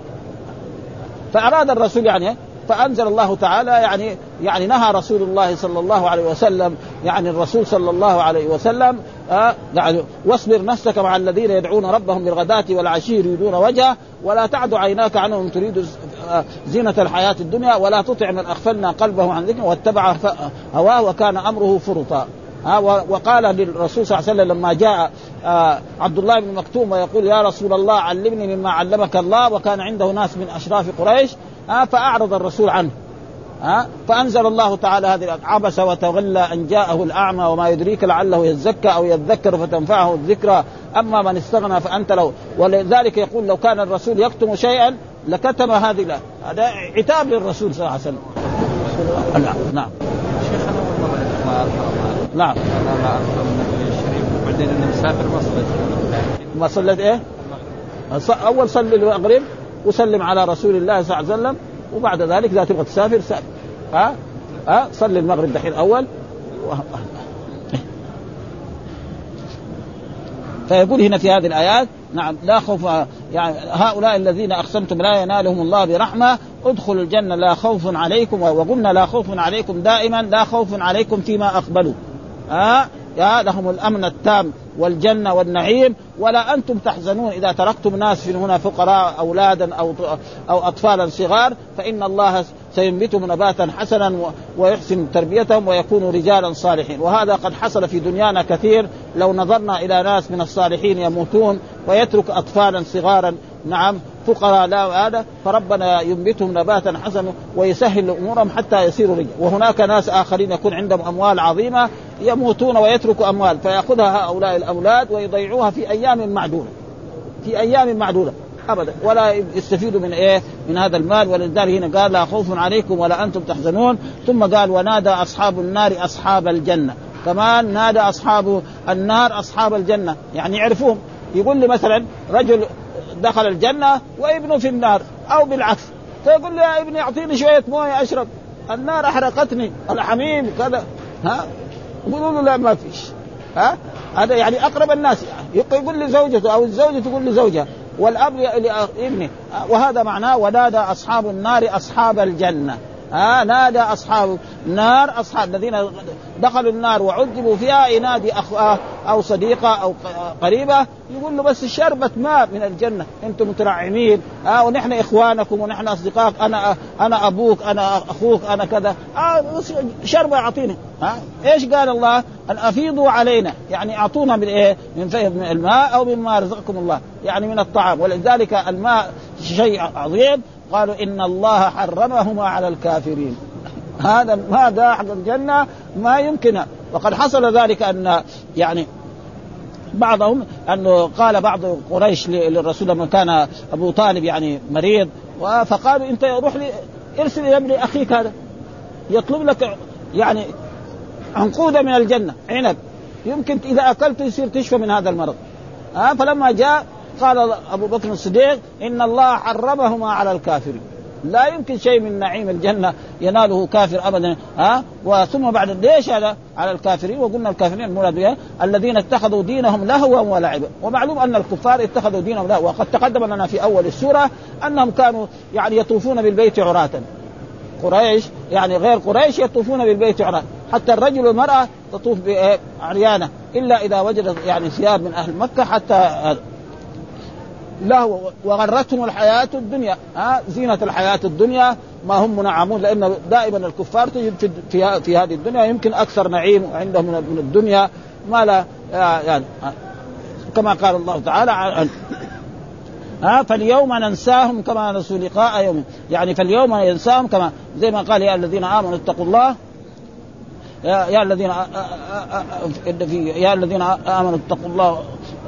فأراد الرسول يعني فأنزل الله تعالى يعني يعني نهى رسول الله صلى الله عليه وسلم يعني الرسول صلى الله عليه وسلم آه يعني واصبر نفسك مع الذين يدعون ربهم بالغداة والعشي يريدون وجهه ولا تعد عيناك عنهم تريد زينة الحياة الدنيا ولا تطع من أغفلنا قلبه عن ذكر واتبع هواه وكان أمره فرطا. آه وقال للرسول صلى الله عليه وسلم لما جاء آه عبد الله بن مكتوم ويقول يا رسول الله علمني مما علمك الله، وكان عنده ناس من أشراف قريش آه فأعرض الرسول عنه آه فأنزل الله تعالى هذه عبس وتولى أن جاءه الأعمى وما يدريك لعله يزكى أو يذكر فتنفعه الذكرى أما من استغنى فأنت له. ولذلك يقول لو كان الرسول يكتم شيئا لكتم هذه لا. هذا عتاب للرسول صلى الله عليه وسلم. نعم نعم نعم أنا لا أفهم من الشريف وبعدين أنا مسافر ما صليت ما صليت إيه أول صلي المغرب وسلم على رسول الله صلى الله عليه وسلم وبعد ذلك إذا تبغى تسافر سافر ها ها صلي المغرب دحين أول و... فيقول هنا في هذه الآيات نعم لا خوف يعني هؤلاء الذين أقسمتم لا ينالهم الله برحمة ادخلوا الجنة لا خوف عليكم. وقلنا لا خوف عليكم دائما لا خوف عليكم فيما أقبلوا ها يا لهم الأمن التام والجنة والنعيم ولا أنتم تحزنون إذا تركتم ناس في هنا فقراء أولادا أو أو أطفالا صغار فإن الله سينبتهم نباتا حسنا ويحسن تربيتهم ويكونوا رجالا صالحين. وهذا قد حصل في دنيانا كثير لو نظرنا إلى ناس من الصالحين يموتون ويترك أطفالا صغارا نعم فقراء لا هذا فربنا ينبتهم نباتا حسنا ويسهل أمورهم حتى يصيروا رجال. وهناك ناس آخرين يكون عندهم أموال عظيمة يموتون ويتركوا أموال فيأخذها هؤلاء الأولاد ويضيعوها في أيام معدودة في أيام معدودة أبدا، ولا يستفيدوا من إيه من هذا المال. ولذلك هنا قال لا خوف عليكم ولا أنتم تحزنون. ثم قال ونادى أصحاب النار أصحاب الجنة، كمان نادى أصحاب النار أصحاب الجنة، يعني يعرفون. يقول لي مثلا رجل دخل الجنة وابنه في النار أو بالعكس، فيقول لي يا ابني أعطيني شوية موية أشرب، النار أحرقتني الحميم كذا، ها يقولوا له لا ما فيش. ها هذا يعني أقرب الناس، يقول لي زوجته أو الزوجة تقول لي زوجها والأب لابنه، وهذا معناه ونادى أصحاب النار أصحاب الجنة. ها نادى أصحاب النار أصحاب الذين دخلوا النار وعذبوا فيها، ينادي أخ أو صديقة أو قريبة يقول له بس شربة ماء من الجنة، أنتم مترعمين، ها ونحن إخوانكم ونحن أصدقائك، أنا أنا أبوك أنا أخوك أنا كذا، شربة أعطيني. ها إيش قال الله؟ أن أفيضوا علينا، يعني أعطونا من إيه من فيض من الماء أو مما رزقكم الله، يعني من الطعام. ولذلك الماء شيء عظيم، قالوا إن الله حرمهما على الكافرين. هذا ما داخل الجنة ما يمكن. وقد حصل ذلك أن يعني بعضهم أنه قال بعض قريش للرسول لما كان أبو طالب يعني مريض، فقالوا أنت روح لي ارسل إلى ابن أخيك هذا يطلب لك يعني عنقودة من الجنة عنب، يمكن إذا أكلت يصير تشفى من هذا المرض. ها فلما جاء قال أبو بكر الصديق إن الله حرمهما على الكافرين، لا يمكن شيء من نعيم الجنة يناله كافر أبدا. ها وثم بعد ليش هذا على الكافرين؟ وقلنا الكافرين المراد بها الذين اتخذوا دينهم لهوا ولعبا. ومعلوم أن الكفار اتخذوا دينهم لهوا، وقد تقدم لنا في أول السورة أنهم كانوا يعني يطوفون بالبيت عراة. قريش يعني غير قريش يطوفون بالبيت عراة، حتى الرجل والمرأة تطوف بعريانة إلا إذا وجدت يعني ثياب من أهل مكة حتى له. وغرتهم الحياة الدنيا، ها زينة الحياة الدنيا ما هم منعمون، لأن دائما الكفار تجد في في, في هذه الدنيا يمكن أكثر نعيم عندهم من الدنيا ما لا يعني كما قال الله تعالى عن ها فاليوم ننساهم كما نسوا لقاء يوم، يعني فاليوم ينساهم كما زي ما قال يا الذين آمنوا اتقوا الله يا, يا الذين يا الذين آمنوا اتقوا الله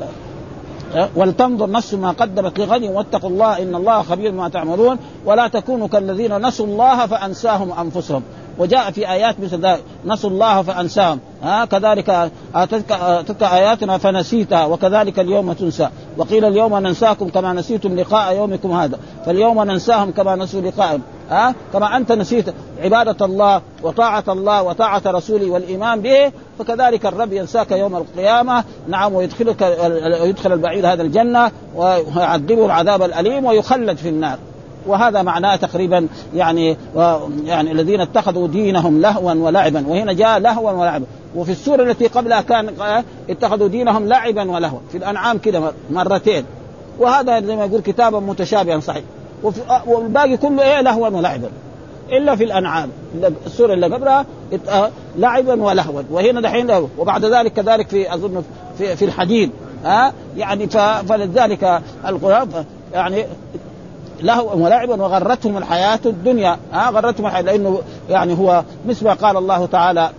ولتنظر نفس ما قدمت لغد واتقوا الله إن الله خبير ما تعملون ولا تكونوا كالذين نسوا الله فأنساهم أنفسهم. وجاء في آيات مثل ذلك نسوا الله فأنساهم، ها كذلك تلك آياتنا فنسيتها وكذلك اليوم تنسى. وقيل اليوم ننساكم كما نسيتم لقاء يومكم هذا، فاليوم ننساهم كما نسوا لقاءهم. ها كما أنت نسيت عبادة الله وطاعة الله وطاعة رسوله والإيمان به، فكذلك الرب ينساك يوم القيامة. نعم ويدخلك ويدخل البعيد هذا الجنة ويعذبه العذاب الأليم ويخلد في النار. وهذا معناه تقريبا يعني يعني الذين اتخذوا دينهم لهوا ولعبا، وهنا جاء لهوا ولعبا. وفي السورة التي قبلها كان اتخذوا دينهم لعبا ولهوا، في الأنعام كده مرتين، وهذا زي ما يقول كتابا متشابها صحيح. والباقي كله ايه لهوا ولعبا الا في الأنعام السورة اللي قبلها لعبا ولهوا، وهنا دحين لهوا. وبعد ذلك كذلك في اظن في, في الحديد ها يعني فلذلك القرآن يعني لهوا ولعبا وغرتهم الحياة الدنيا. ها غرتهم الحياة لأنه يعني هو مثل ما قال الله تعالى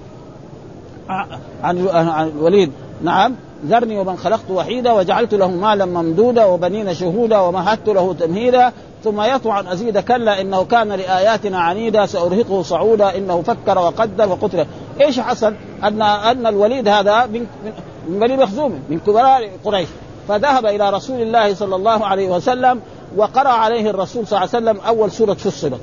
عن الوليد نعم ذرني ومن خلقت وحيدا وجعلت له مالا ممدودا وبنين شهودا ومهدت له تمهيدا ثم يطمع أن أزيد كلا إنه كان لآياتنا عنيدا سأرهقه صعودا إنه فكر وقدر وقتل. إيش حصل؟ أن أن الوليد هذا من من بني مخزوم من كبراء قريش، فذهب إلى رسول الله صلى الله عليه وسلم وقرأ عليه الرسول صلى الله عليه وسلم أول سورة فصلت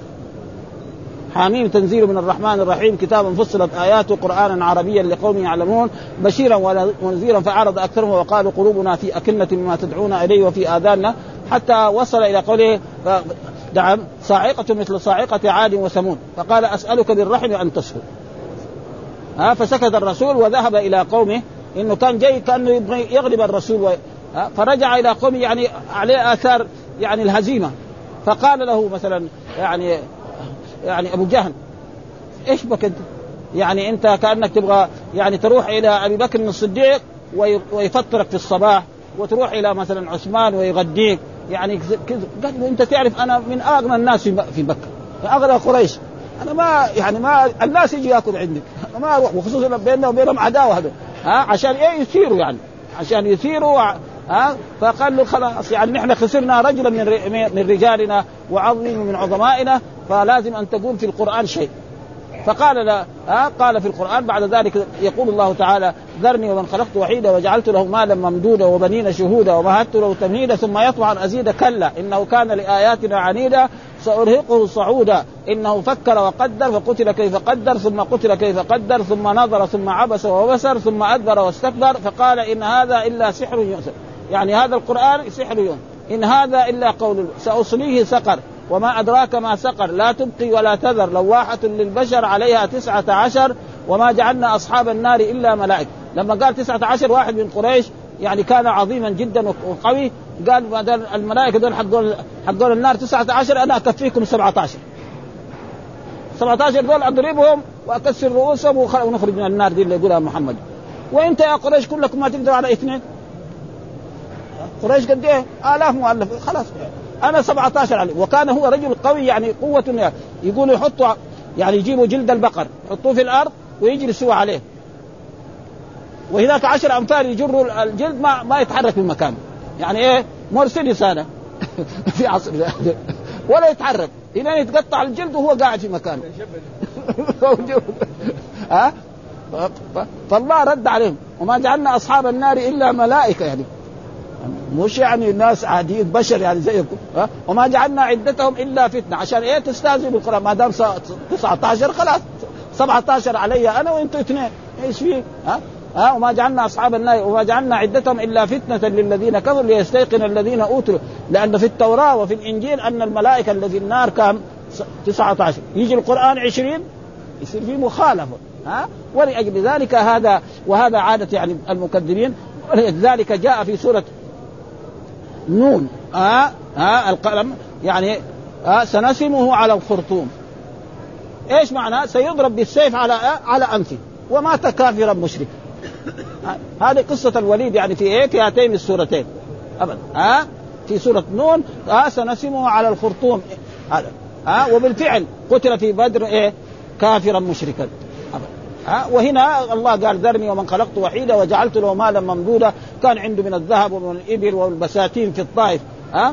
حميم تنزيل من الرحمن الرحيم كتاب فصلت آياته قرآنا عربيا لقوم يعلمون بشيرا ونذيرا فأعرض أكثرهم وقالوا قلوبنا في أكنة مما تدعونا إليه وفي آذاننا، حتى وصل إلى قوله دعم صاعقة مثل صاعقة عاد وثمود فقال أسألك بالرحم أن تسكت. ها فسكت الرسول وذهب إلى قومه، إنه كان جاي كأنه يبغي يغلب الرسول و... فرجع إلى قومه يعني عليه آثار يعني الهزيمة. فقال له مثلا يعني يعني أبو جهل إيش بك أنت؟ يعني أنت كأنك تبغى يعني تروح إلى أبي بكر الصديق ويفطرك في الصباح، وتروح إلى مثلا عثمان ويغديك يعني كذا. قال له أنت تعرف أنا من أغنى الناس في مكة، أغنى قريش، أنا ما يعني ما الناس يجي يأكل عندك، أنا ما أروح، وخصوصا بيننا وبينهم عداوة هذا ها عشان إيه يثيروا يعني عشان يثيروا ها فقال له خلاص يعني نحن خسرنا رجلا من من رجالنا وعظيم من عظمائنا فلازم أن تقول في القرآن شيء. فقال لا ها قال في القرآن بعد ذلك يقول الله تعالى ذرني ومن خلقت وحيدا وجعلت له مالا ممدودا وبنين شهودا ومهدت له تمهيدا ثم يطمع أن أزيد كلا إنه كان لآياتنا عنيدا سأرهقه صعودا إنه فكر وقدر فقتل كيف قدر ثم قتل كيف قدر ثم نظر ثم عبس وبصر ثم أدبر واستكبر فقال إن هذا إلا سحر يؤثر. يعني هذا القرآن سحر يؤثر إن هذا إلا قول سأصليه سقر وما أدراك ما سقر لا تبقي ولا تذر لواحة للبشر عليها تسعة عشر وما جعلنا أصحاب النار إلا ملائكة. لما قال تسعة عشر واحد من قريش يعني كان عظيما جدا وقوي قال بدل الملائكة دول حقول حقول النار تسعة عشر أنا أكفيكم سبعة عشر سبعة عشر دول أضربهم وأكسر رؤوسهم ونخرج من النار دي اللي يقولها محمد. وإنت يا قريش كلكم ما تقدروا على اثنين. قريش قد إيه آلاف مؤلف خلاص أنا سبعة عشر عليه. وكان هو رجل قوي يعني قوة يعني يقولوا يحطوا يعني يجيبوا جلد البقر يحطوه في الأرض ويجلسوا عليه وهناك عشر أمثال يجروا الجلد ما ما يتحرك من مكانه. يعني إيه مرسيدس هذا في عصر ولا يتحرك إلى أن يتقطع الجلد وهو قاعد في مكانه. ها فالله رد عليهم وما جعلنا أصحاب النار إلا ملائكة يعني مش يعني الناس عاديين بشر يعني زيكم. ها وما جعلنا عدتهم إلا فتنة عشان إيه تستهزئوا بالقرآن ما دام تسعة عشر خلاص سبعة عشر علي أنا وأنتوا اثنين إيش فيه. ها ها وما جعلنا أصحاب النار وما جعلنا عدتهم إلا فتنة للذين كفروا ليستيقن الذين أوتوا لأن في التوراة وفي الإنجيل أن الملائكة الذي النار كان تسعة عشر يجي القرآن عشرين يصير فيه مخالفة. ها ولأجل ذلك هذا وهذا عادة يعني المكذبين. ولذلك جاء في سورة نون ها ها القلم يعني ها سنسمه على الخرطوم. ايش معناه سيضرب بالسيف على على أنفه ومات كافرا مشركا. هذه قصة الوليد يعني في ايه في هاتين السورتين ابدا. ها في سورة نون ها سنسمه على الخرطوم هذا ها وبالفعل قتل في بدر ايه كافرا مشركا ابدا. ها وهنا الله قال ذرني ومن خلقت وحيدا وجعلت له مالا ممدودا كان عنده من الذهب ومن الإبل والبساتين في الطائف. ها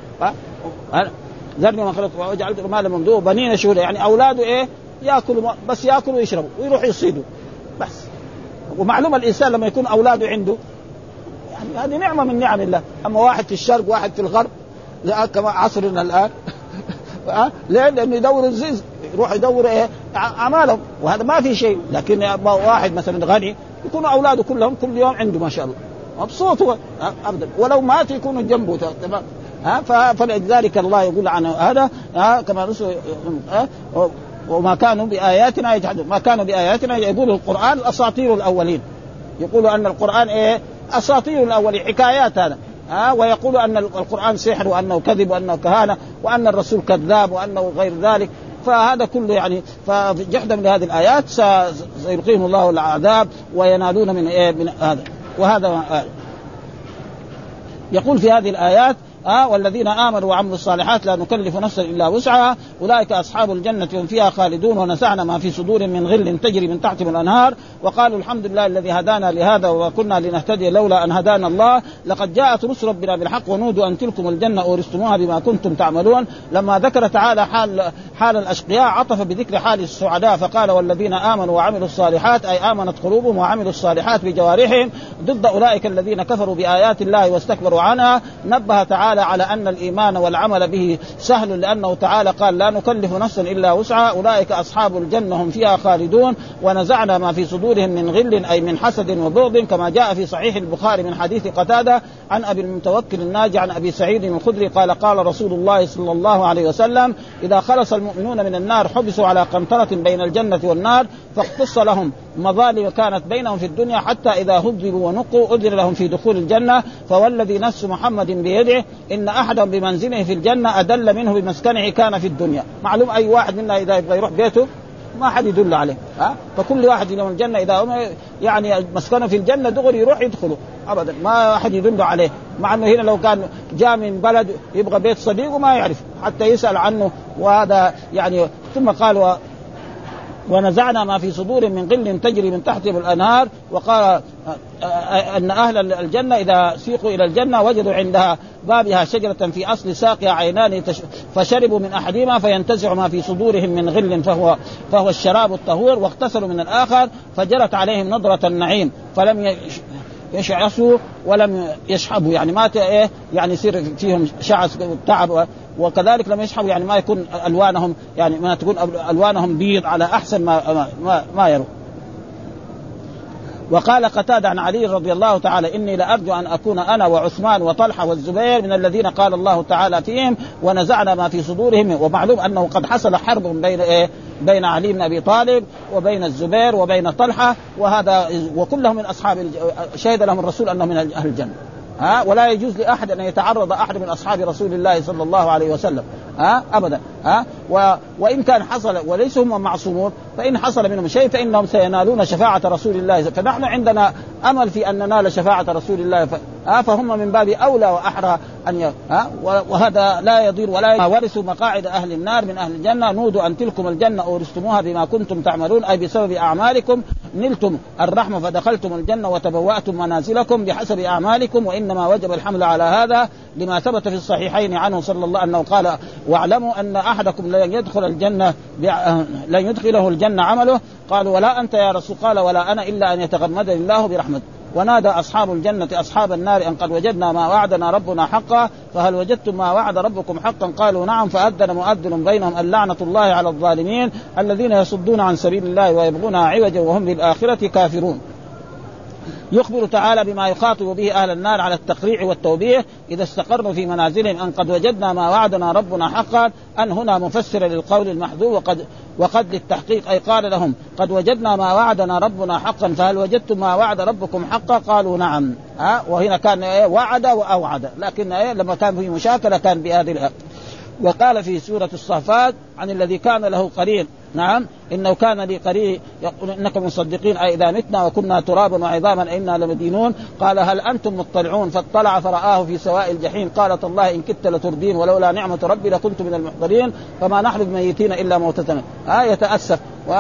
ها ذرني ومن خلقت وجعلت له مالا ممدودا وبنين شهودا يعني أولاده إيه يأكلوا بس يأكلوا ويشربوا ويروحوا يصيدوا بس. ومعلوم الإنسان لما يكون أولاده عنده يعني هذه نعمة من نعم الله. أما واحد في الشرق واحد في الغرب كما عصرنا الآن ها ليه لأنه يدور الزيز يروح يدور ايه اعمالهم وهذا ما في شيء. لكن واحد مثلا غني يكونوا اولاده كلهم كل يوم عنده ما شاء الله مبسوط هو ابدا ولو مات يكونوا جنبه تمام. ها فلذلك الله يقول عنه هذا ها كما رسل وما كانوا باياتنا يجحدون ما كانوا باياتنا يقول القرآن اساطير الاولين. يقولوا ان القرآن ايه اساطير الاولين حكايات هذا. ها ويقول ان القرآن سحر وانه كذب وانه كهانة وان الرسول كذاب وانه غير ذلك. فهذا كله يعني فجحد من هذه الآيات سيلقيهم الله العذاب وينالون من إيه من هذا. وهذا يقول في هذه الآيات آه والذين آمنوا وعملوا الصالحات لا نكلف نفسا إلا وسعها أولئك أصحاب الجنة هم فيها خالدون ونزعنا ما في صدور من غل تجري من تحتهم الأنهار وقالوا الحمد لله الذي هدانا لهذا وكنا لنهتدي لولا أن هدانا الله لقد جاءت رسل ربنا بالحق ونودوا أن تلكم الجنة أورثتموها بما كنتم تعملون. لما ذكر تعالى حال حال الأشقياء عطف بذكر حال السعداء فقال والذين آمنوا وعملوا الصالحات أي آمنت قلوبهم وعملوا الصالحات بجوارحهم ضد أولئك الذين كفروا بآيات الله واستكبروا عنها. نبه تعالى على أن الإيمان والعمل به سهل لأنه تعالى قال لا نكلف نفسا إلا وسعها أولئك أصحاب الجنة هم فيها خالدون ونزعنا ما في صدورهم من غل أي من حسد وبغض كما جاء في صحيح البخاري من حديث قتادة عن أبي المتوكل الناجي عن أبي سعيد الخدري قال قال رسول الله صلى الله عليه وسلم إذا خلص المؤمنون من النار حبسوا على قنطرة بين الجنة والنار فاقتص لهم مظالم كانت بينهم في الدنيا حتى إذا هذبوا ونقوا أذن لهم في دخول الجنة فوالذي نفس محمد بيده إن أحدا بمنزله في الجنة أدل منه بمسكنه كان في الدنيا. معلوم أي واحد منا إذا يبغى يروح بيته ما حد يدل عليه. ها فكل واحد يوم الجنة إذا يعني مسكنه في الجنة دغري يروح يدخله أبدا ما أحد يدل عليه. مع أنه هنا لو كان جاء من بلد يبغى بيت صديقه ما يعرف حتى يسأل عنه وهذا يعني. ثم قال ونزعنا ما في صدور من غل تجري من تحتهم الأنهار. وقال أن أهل الجنة إذا سيقوا إلى الجنة وجدوا عندها بابها شجرة في أصل ساقها عينان فشربوا من أحدهما فينتزع ما في صدورهم من غل فهو, فهو الشراب الطهور، واغتسلوا من الآخر فجرت عليهم نضرة النعيم فلم يشعثوا ولم يشحبوا، يعني ما إيه يعني يصير فيهم شعث وتعب، وكذلك لم يشحبوا يعني ما يكون ألوانهم يعني ما تكون ألوانهم بيض على أحسن ما ما, ما يروا. وقال قتادة عن علي رضي الله تعالى إني لأرجو أن أكون أنا وعثمان وطلحة والزبير من الذين قال الله تعالى فيهم ونزعنا ما في صدورهم. ومعلوم أنه قد حصل حرب بين إيه بين علي بن أبي طالب وبين الزبير وبين طلحة، وهذا وكلهم من أصحاب شهد لهم الرسول أنهم من أهل الجنة. ها ولا يجوز لأحد أن يتعرض أحد من أصحاب رسول الله صلى الله عليه وسلم ها أبدا. ها و... وإن كان حصل وليس هم معصومون فإن حصل منهم شيء فإنهم سينالون شفاعة رسول الله، فنحن عندنا أمل في أن ننال شفاعة رسول الله ف... ها فهم من باب أولى وأحرى أن ي... ها وهذا لا يضير ولا ي... ورثوا مقاعد أهل النار من أهل الجنة نودوا أن تلكم الجنة أورثتموها بما كنتم تعملون، أي بسبب أعمالكم نلتم الرحمة فدخلتم الجنة وتبوأتم منازلكم بحسب أعمالكم، وإنما وجب الحمل على هذا لما ثبت في الصحيحين عنه صلى الله أنه قال واعلموا أن أحدكم لن يدخل الجنة لن يدخله الجنة عمله. قالوا ولا أنت يا رسول؟ قال ولا أنا إلا أن يتغمدني الله برحمته. ونادى أصحاب الجنة أصحاب النار أن قد وجدنا ما وعدنا ربنا حقا فهل وجدتم ما وعد ربكم حقا؟ قالوا نعم. فأذن مؤذن بينهم اللعنة الله على الظالمين الذين يصدون عن سبيل الله ويبغونها عوجا وهم بالآخرة كافرون. يخبر تعالى بما يخاطب به أهل النار على التقريع والتوبيخ إذا استقروا في منازلهم أن قد وجدنا ما وعدنا ربنا حقا، أن هنا مفسر للقول المحذوف وقد وقد للتحقيق، أي قال لهم قد وجدنا ما وعدنا ربنا حقا فهل وجدتم ما وعد ربكم حقا؟ قالوا نعم. ها وهنا كان إيه وعد وأوعد، لكن إيه لما كان في مشاكلة كان بهذه الأ... وقال في سورة الصافات عن الذي كان له قرين نعم إنه كان لي قرين يقول إنكم مصدقين أي إذا متنا وكنا ترابا وعظاما إنا لمدينون. قال هل أنتم مطلعون؟ فاطلع فرآه في سواء الجحيم قال تالله إن كدت لتردين ولولا نعمة ربي لكنت من المحضرين فما نحن بميتين إلا موتتنا. آه يتأسف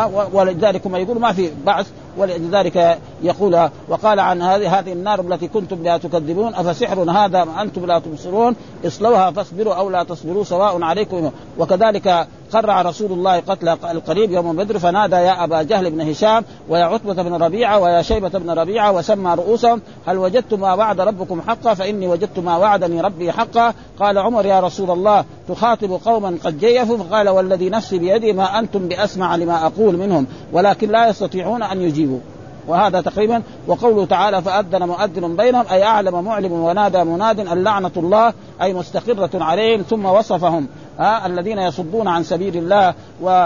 ولذلك ما يقول ما في بعث، ولذلك يقول وقال عن هذه هذه النار التي كنتم بها تكذبون أفسحر هذا ما أنتم لا تبصرون اصلوها فاصبروا أو لا تصبروا سواء عليكم. وكذلك قرع رسول الله قتل القريب يوم بدر فنادى يا أبا جهل بن هشام ويا عتبة بن ربيعة ويا شيبة بن ربيعة وسمى رؤوسهم هل وجدتم ما وعد ربكم حقا؟ فإني وجدت ما وعدني ربي حقا. قال عمر يا رسول الله تخاطب قوما قد جيفوا؟ فقال والذي نفسي بيدي ما أنتم بأسمع لما أقول منهم ولكن لا يستطيعون أن يجيبوا. وهذا تقريبا. وقوله تعالى فأذن مؤذن بينهم أي أعلم معلم ونادى مناد اللعنة الله أي مستقرة عليهم. ثم وصفهم ها الذين يصدون عن سبيل الله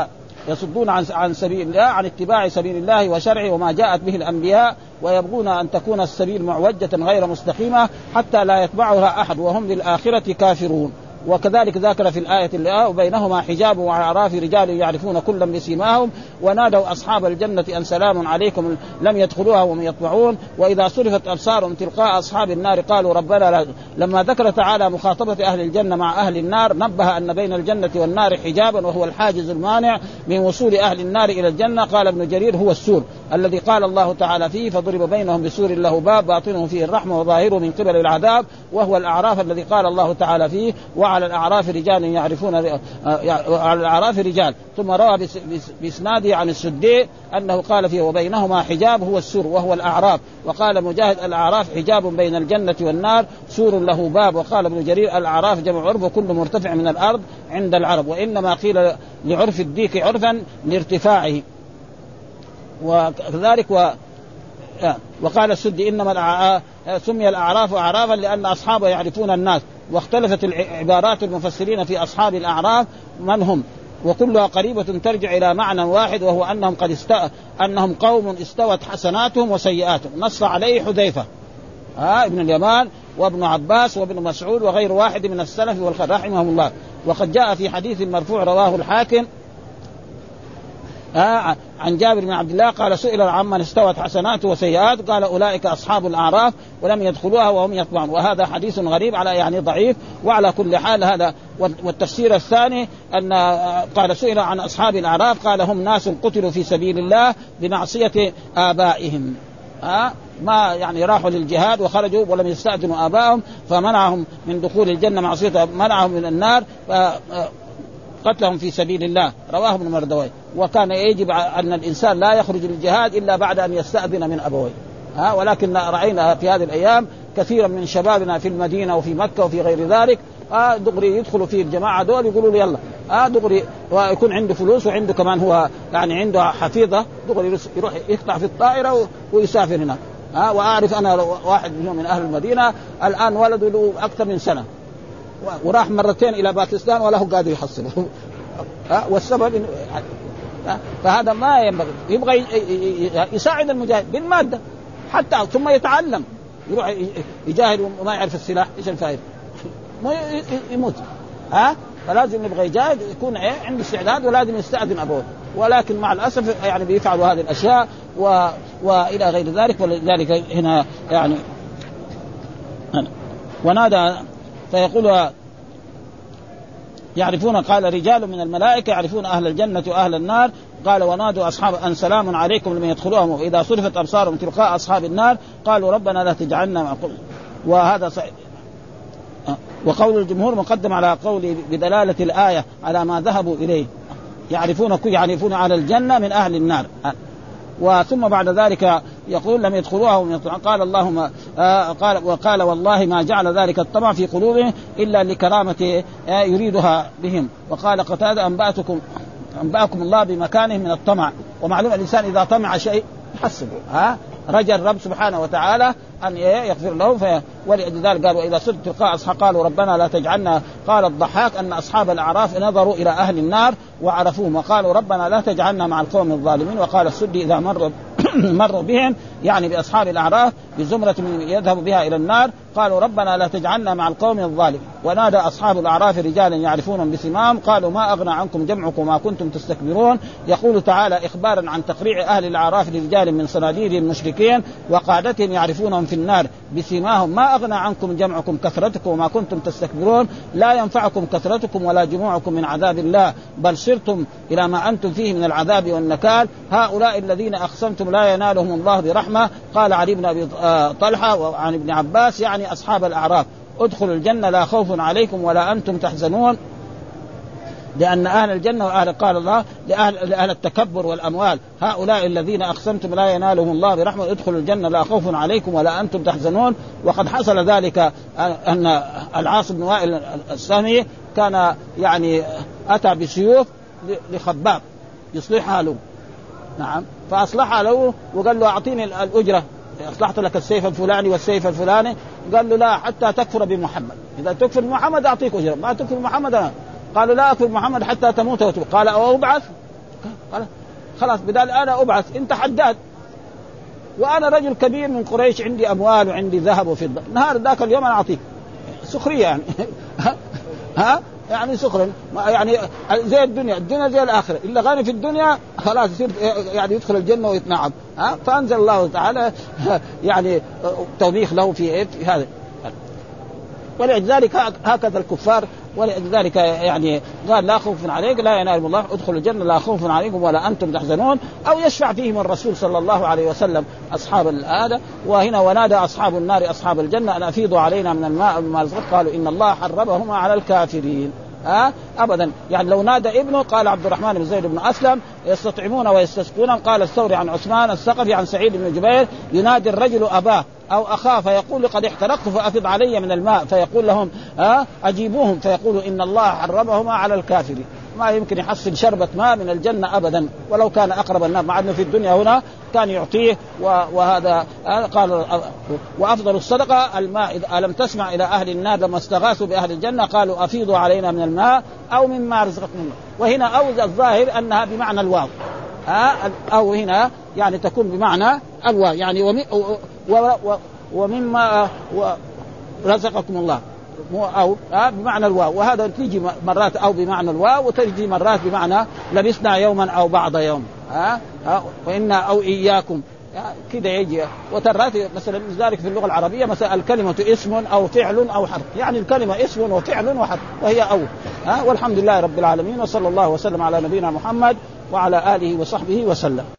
ويصدون عن عن سبيل الله عن اتباع سبيل الله وشرعه وما جاءت به الأنبياء ويبغون أن تكون السبيل معوجة غير مستقيمة حتى لا يتبعها أحد وهم بالآخرة كافرون. وكذلك ذكر في الآية اللي وبينهما حجاب وعلى أعراف رجال يعرفون كلا بسيماهم ونادوا أصحاب الجنة أن سلام عليكم لم يدخلوها وهم يطمعون وإذا صرفت أبصارهم تلقاء أصحاب النار قالوا ربنا لا. لما ذكر تعالى مخاطبة أهل الجنة مع أهل النار نبه أن بين الجنة والنار حجابا وهو الحاجز المانع من وصول أهل النار إلى الجنة. قال ابن جرير هو السور الذي قال الله تعالى فيه فضرب بينهم بسور له باب باطنه فيه الرحمة وظاهره من قبل العذاب وهو الأعراف الذي قال الله تعالى فيه وعلى الأعراف رجال يعرفون على الأعراف رجال. ثم روى بإسناده عن السدي أنه قال فيه وبينهما حجاب هو السور وهو الأعراف. وقال مجاهد الأعراف حجاب بين الجنة والنار سور له باب. وقال ابن جرير الأعراف جمع عرف وكل مرتفع من الأرض عند العرب وإنما قيل لعرف الديك عرفا لارتفاعه. وكذلك و وقال السدي إنما سمي الأعراف أعرافا لأن أصحابه يعرفون الناس. واختلفت العبارات المفسرين في أصحاب الأعراف من هم وكلها قريبة ترجع إلى معنى واحد وهو أنهم قد است... أنهم قوم استوت حسناتهم وسيئاتهم. نص عليه حذيفة ها ابن اليمان وابن عباس وابن مسعود وغير واحد من السلف والخلف رحمهم الله. وقد جاء في حديث مرفوع رواه الحاكم آه عن جابر بن عبد الله قال سئل عمن استوت حسناته وسيئات قال أولئك أصحاب الأعراف ولم يدخلوها وهم يطمعون. وهذا حديث غريب على يعني ضعيف. وعلى كل حال هذا. والتفسير الثاني أن قال سئل عن أصحاب الأعراف قال هم ناس قتلوا في سبيل الله بمعصية آبائهم. آه ما يعني راحوا للجهاد وخرجوا ولم يستأذنوا آبائهم فمنعهم من دخول الجنة معصية، منعهم من النار قتلهم في سبيل الله. رواه ابن مردويه. وكان يجب أن الإنسان لا يخرج للجهاد إلا بعد أن يستأذن من أبويه. ها ولكن رأينا في هذه الأيام كثيرا من شبابنا في المدينة وفي مكة وفي غير ذلك آه دغري يدخلوا في الجماعة دول يقولوا له يلا آه دغري ويكون عنده فلوس وعنده كمان هو يعني عنده حفيظة دغري يروح يقطع في الطائرة ويسافر هنا. آه وأعرف أنا واحد من أهل المدينة الآن ولده له أكثر من سنة وراح مرتين إلى باكستان ولا هو قادر يحصله. آه والسبب إنه آه فهذا ما ينبغي. يبغى يساعد المجاهد بالمادة حتى ثم يتعلم يروح يجاهد وما يعرف السلاح إيش الفائدة؟ ما يموت. ها فلازم يبغى يجاهد يكون ايه عنده استعداد ولازم يستأذن أبوه. ولكن مع الأسف يعني بيفعلوا هذه الأشياء و... وإلى غير ذلك. ولذلك هنا يعني ونادى فيقول يعرفون قال رجال من الملائكة يعرفون أهل الجنة وأهل النار قال ونادوا أصحاب أن سلام عليكم لمن يدخلوها وإذا صرفت أبصارهم تلقاء أصحاب النار قالوا ربنا لا تجعلنا مع قوم. وهذا صحيح. وقول الجمهور مقدم على قول بدلالة الآية على ما ذهبوا إليه يعرفون يعرفون على الجنة من أهل النار. وثم بعد ذلك يقول لم يدخلوها قال اللهم آه قال وقال والله ما جعل ذلك الطمع في قلوبهم إلا لكرامة آه يريدها بهم. وقال قتادة أنبأتكم أنبأكم الله بمكانه من الطمع. ومعلوم الإنسان إذا طمع شيء يحسبه ها رجى الرب سبحانه وتعالى أن يغفر له. ولذلك قال وإذا صرت تلقاء أصحاب قالوا ربنا لا تجعلنا. قال الضحاك أن أصحاب الأعراف نظروا إلى أهل النار وعرفوهم وقالوا ربنا لا تجعلنا مع القوم الظالمين. وقال السدي إذا مر مروا بهم يعني بأصحاب الأعراف بزمرة يذهب بها إلى النار قالوا ربنا لا تجعلنا مع القوم الظالمين. ونادى أصحاب الأعراف رجالا يعرفونهم بسماهم قالوا ما أغنى عنكم جمعكم ما كنتم تستكبرون. يقول تعالى إخبارا عن تقريع أهل الأعراف لرجال من صناديد المشركين وقادتهم يعرفونهم في النار بسماهم ما أغنى عنكم جمعكم كثرتكم وما كنتم تستكبرون لا ينفعكم كثرتكم ولا جموعكم من عذاب الله بل صرتم إلى ما أنتم فيه من العذاب والنكال. هؤلاء الذين أقسمتم لا ينالهم الله برحمة. قال علي بن أبي طلحة وعن ابن عباس يعني أصحاب الأعراف ادخلوا الجنة لا خوف عليكم ولا أنتم تحزنون لأن أهل الجنة وأهل قال الله لأهل, لأهل التكبر والأموال هؤلاء الذين أقسمتم لا ينالهم الله برحمة ادخلوا الجنة لا خوف عليكم ولا أنتم تحزنون. وقد حصل ذلك أن العاص بن وائل السامي كان يعني أتى بسيوف لخباب يصلحها له. نعم فأصلحها له وقال له أعطيني الأجرة أصلحت لك السيف الفلاني والسيف الفلاني. قال له لا حتى تكفر بمحمد إذا تكفر بمحمد أعطيك أجرة ما تكفر بمحمد أنا. قالوا لا أكفر محمد حتى تموت وتبقى. قال أو أبعث قال خلاص بدال أنا أبعث أنت حداد وأنا رجل كبير من قريش عندي أموال وعندي ذهب وفضة نهار ذاك اليوم أنا أعطيك سخرية يعني ها يعني سخرا يعني زي الدنيا الدنيا زي الآخرة إلا غني في الدنيا خلاص يصير يعني يدخل الجنة ويتنعم. ها فأنزل الله تعالى يعني توبيخ له في في هذا. ولذلك هكذا الكفار ولذلك يعني قال لا خوف عليك لا ينال الله ادخلوا الجنة لا خوف عليكم ولا أنتم تحزنون أو يشفع فيهم الرسول صلى الله عليه وسلم أصحاب الآدة. وهنا ونادى أصحاب النار أصحاب الجنة أن أفيضوا علينا من الماء مما رزقكم قالوا إن الله حرمهما على الكافرين. ها أبدا يعني لو نادى ابنه قال عبد الرحمن بن زيد بن أسلم يستطعمون ويستسقون. قال الثوري عن عثمان الثقفي عن سعيد بن جبير ينادي الرجل أباه أو أخاه فيقول قد احترقت فأفض علي من الماء فيقول لهم ها أجيبوهم فيقول إن الله حرمهما على الكافرين. ما يمكن يحصل شربة ماء من الجنة أبدا ولو كان أقرب الناس مع أنه في الدنيا هنا كان يعطيه. وهذا قال وأفضل الصدقة الماء. ألم تسمع إلى أهل النار لما استغاثوا بأهل الجنة قالوا أفيضوا علينا من الماء أو مما رزقكم الله. وهنا أوجه الظاهر أنها بمعنى الواو أو هنا يعني تكون بمعنى الواو يعني ومما رزقكم الله أو بمعنى الواو. وهذا تيجي مرات أو بمعنى الواو وتيجي مرات بمعنى لبسنا يوما أو بعض يوم ها ها وإنا أو إياكم كده يجي. وترات مثلا ذلك في اللغة العربية مثلا الكلمة اسم أو فعل أو حرف، يعني الكلمة اسم وفعل وحرف وهي أو ها. والحمد لله رب العالمين، وصلى الله وسلم على نبينا محمد وعلى آله وصحبه وسلم.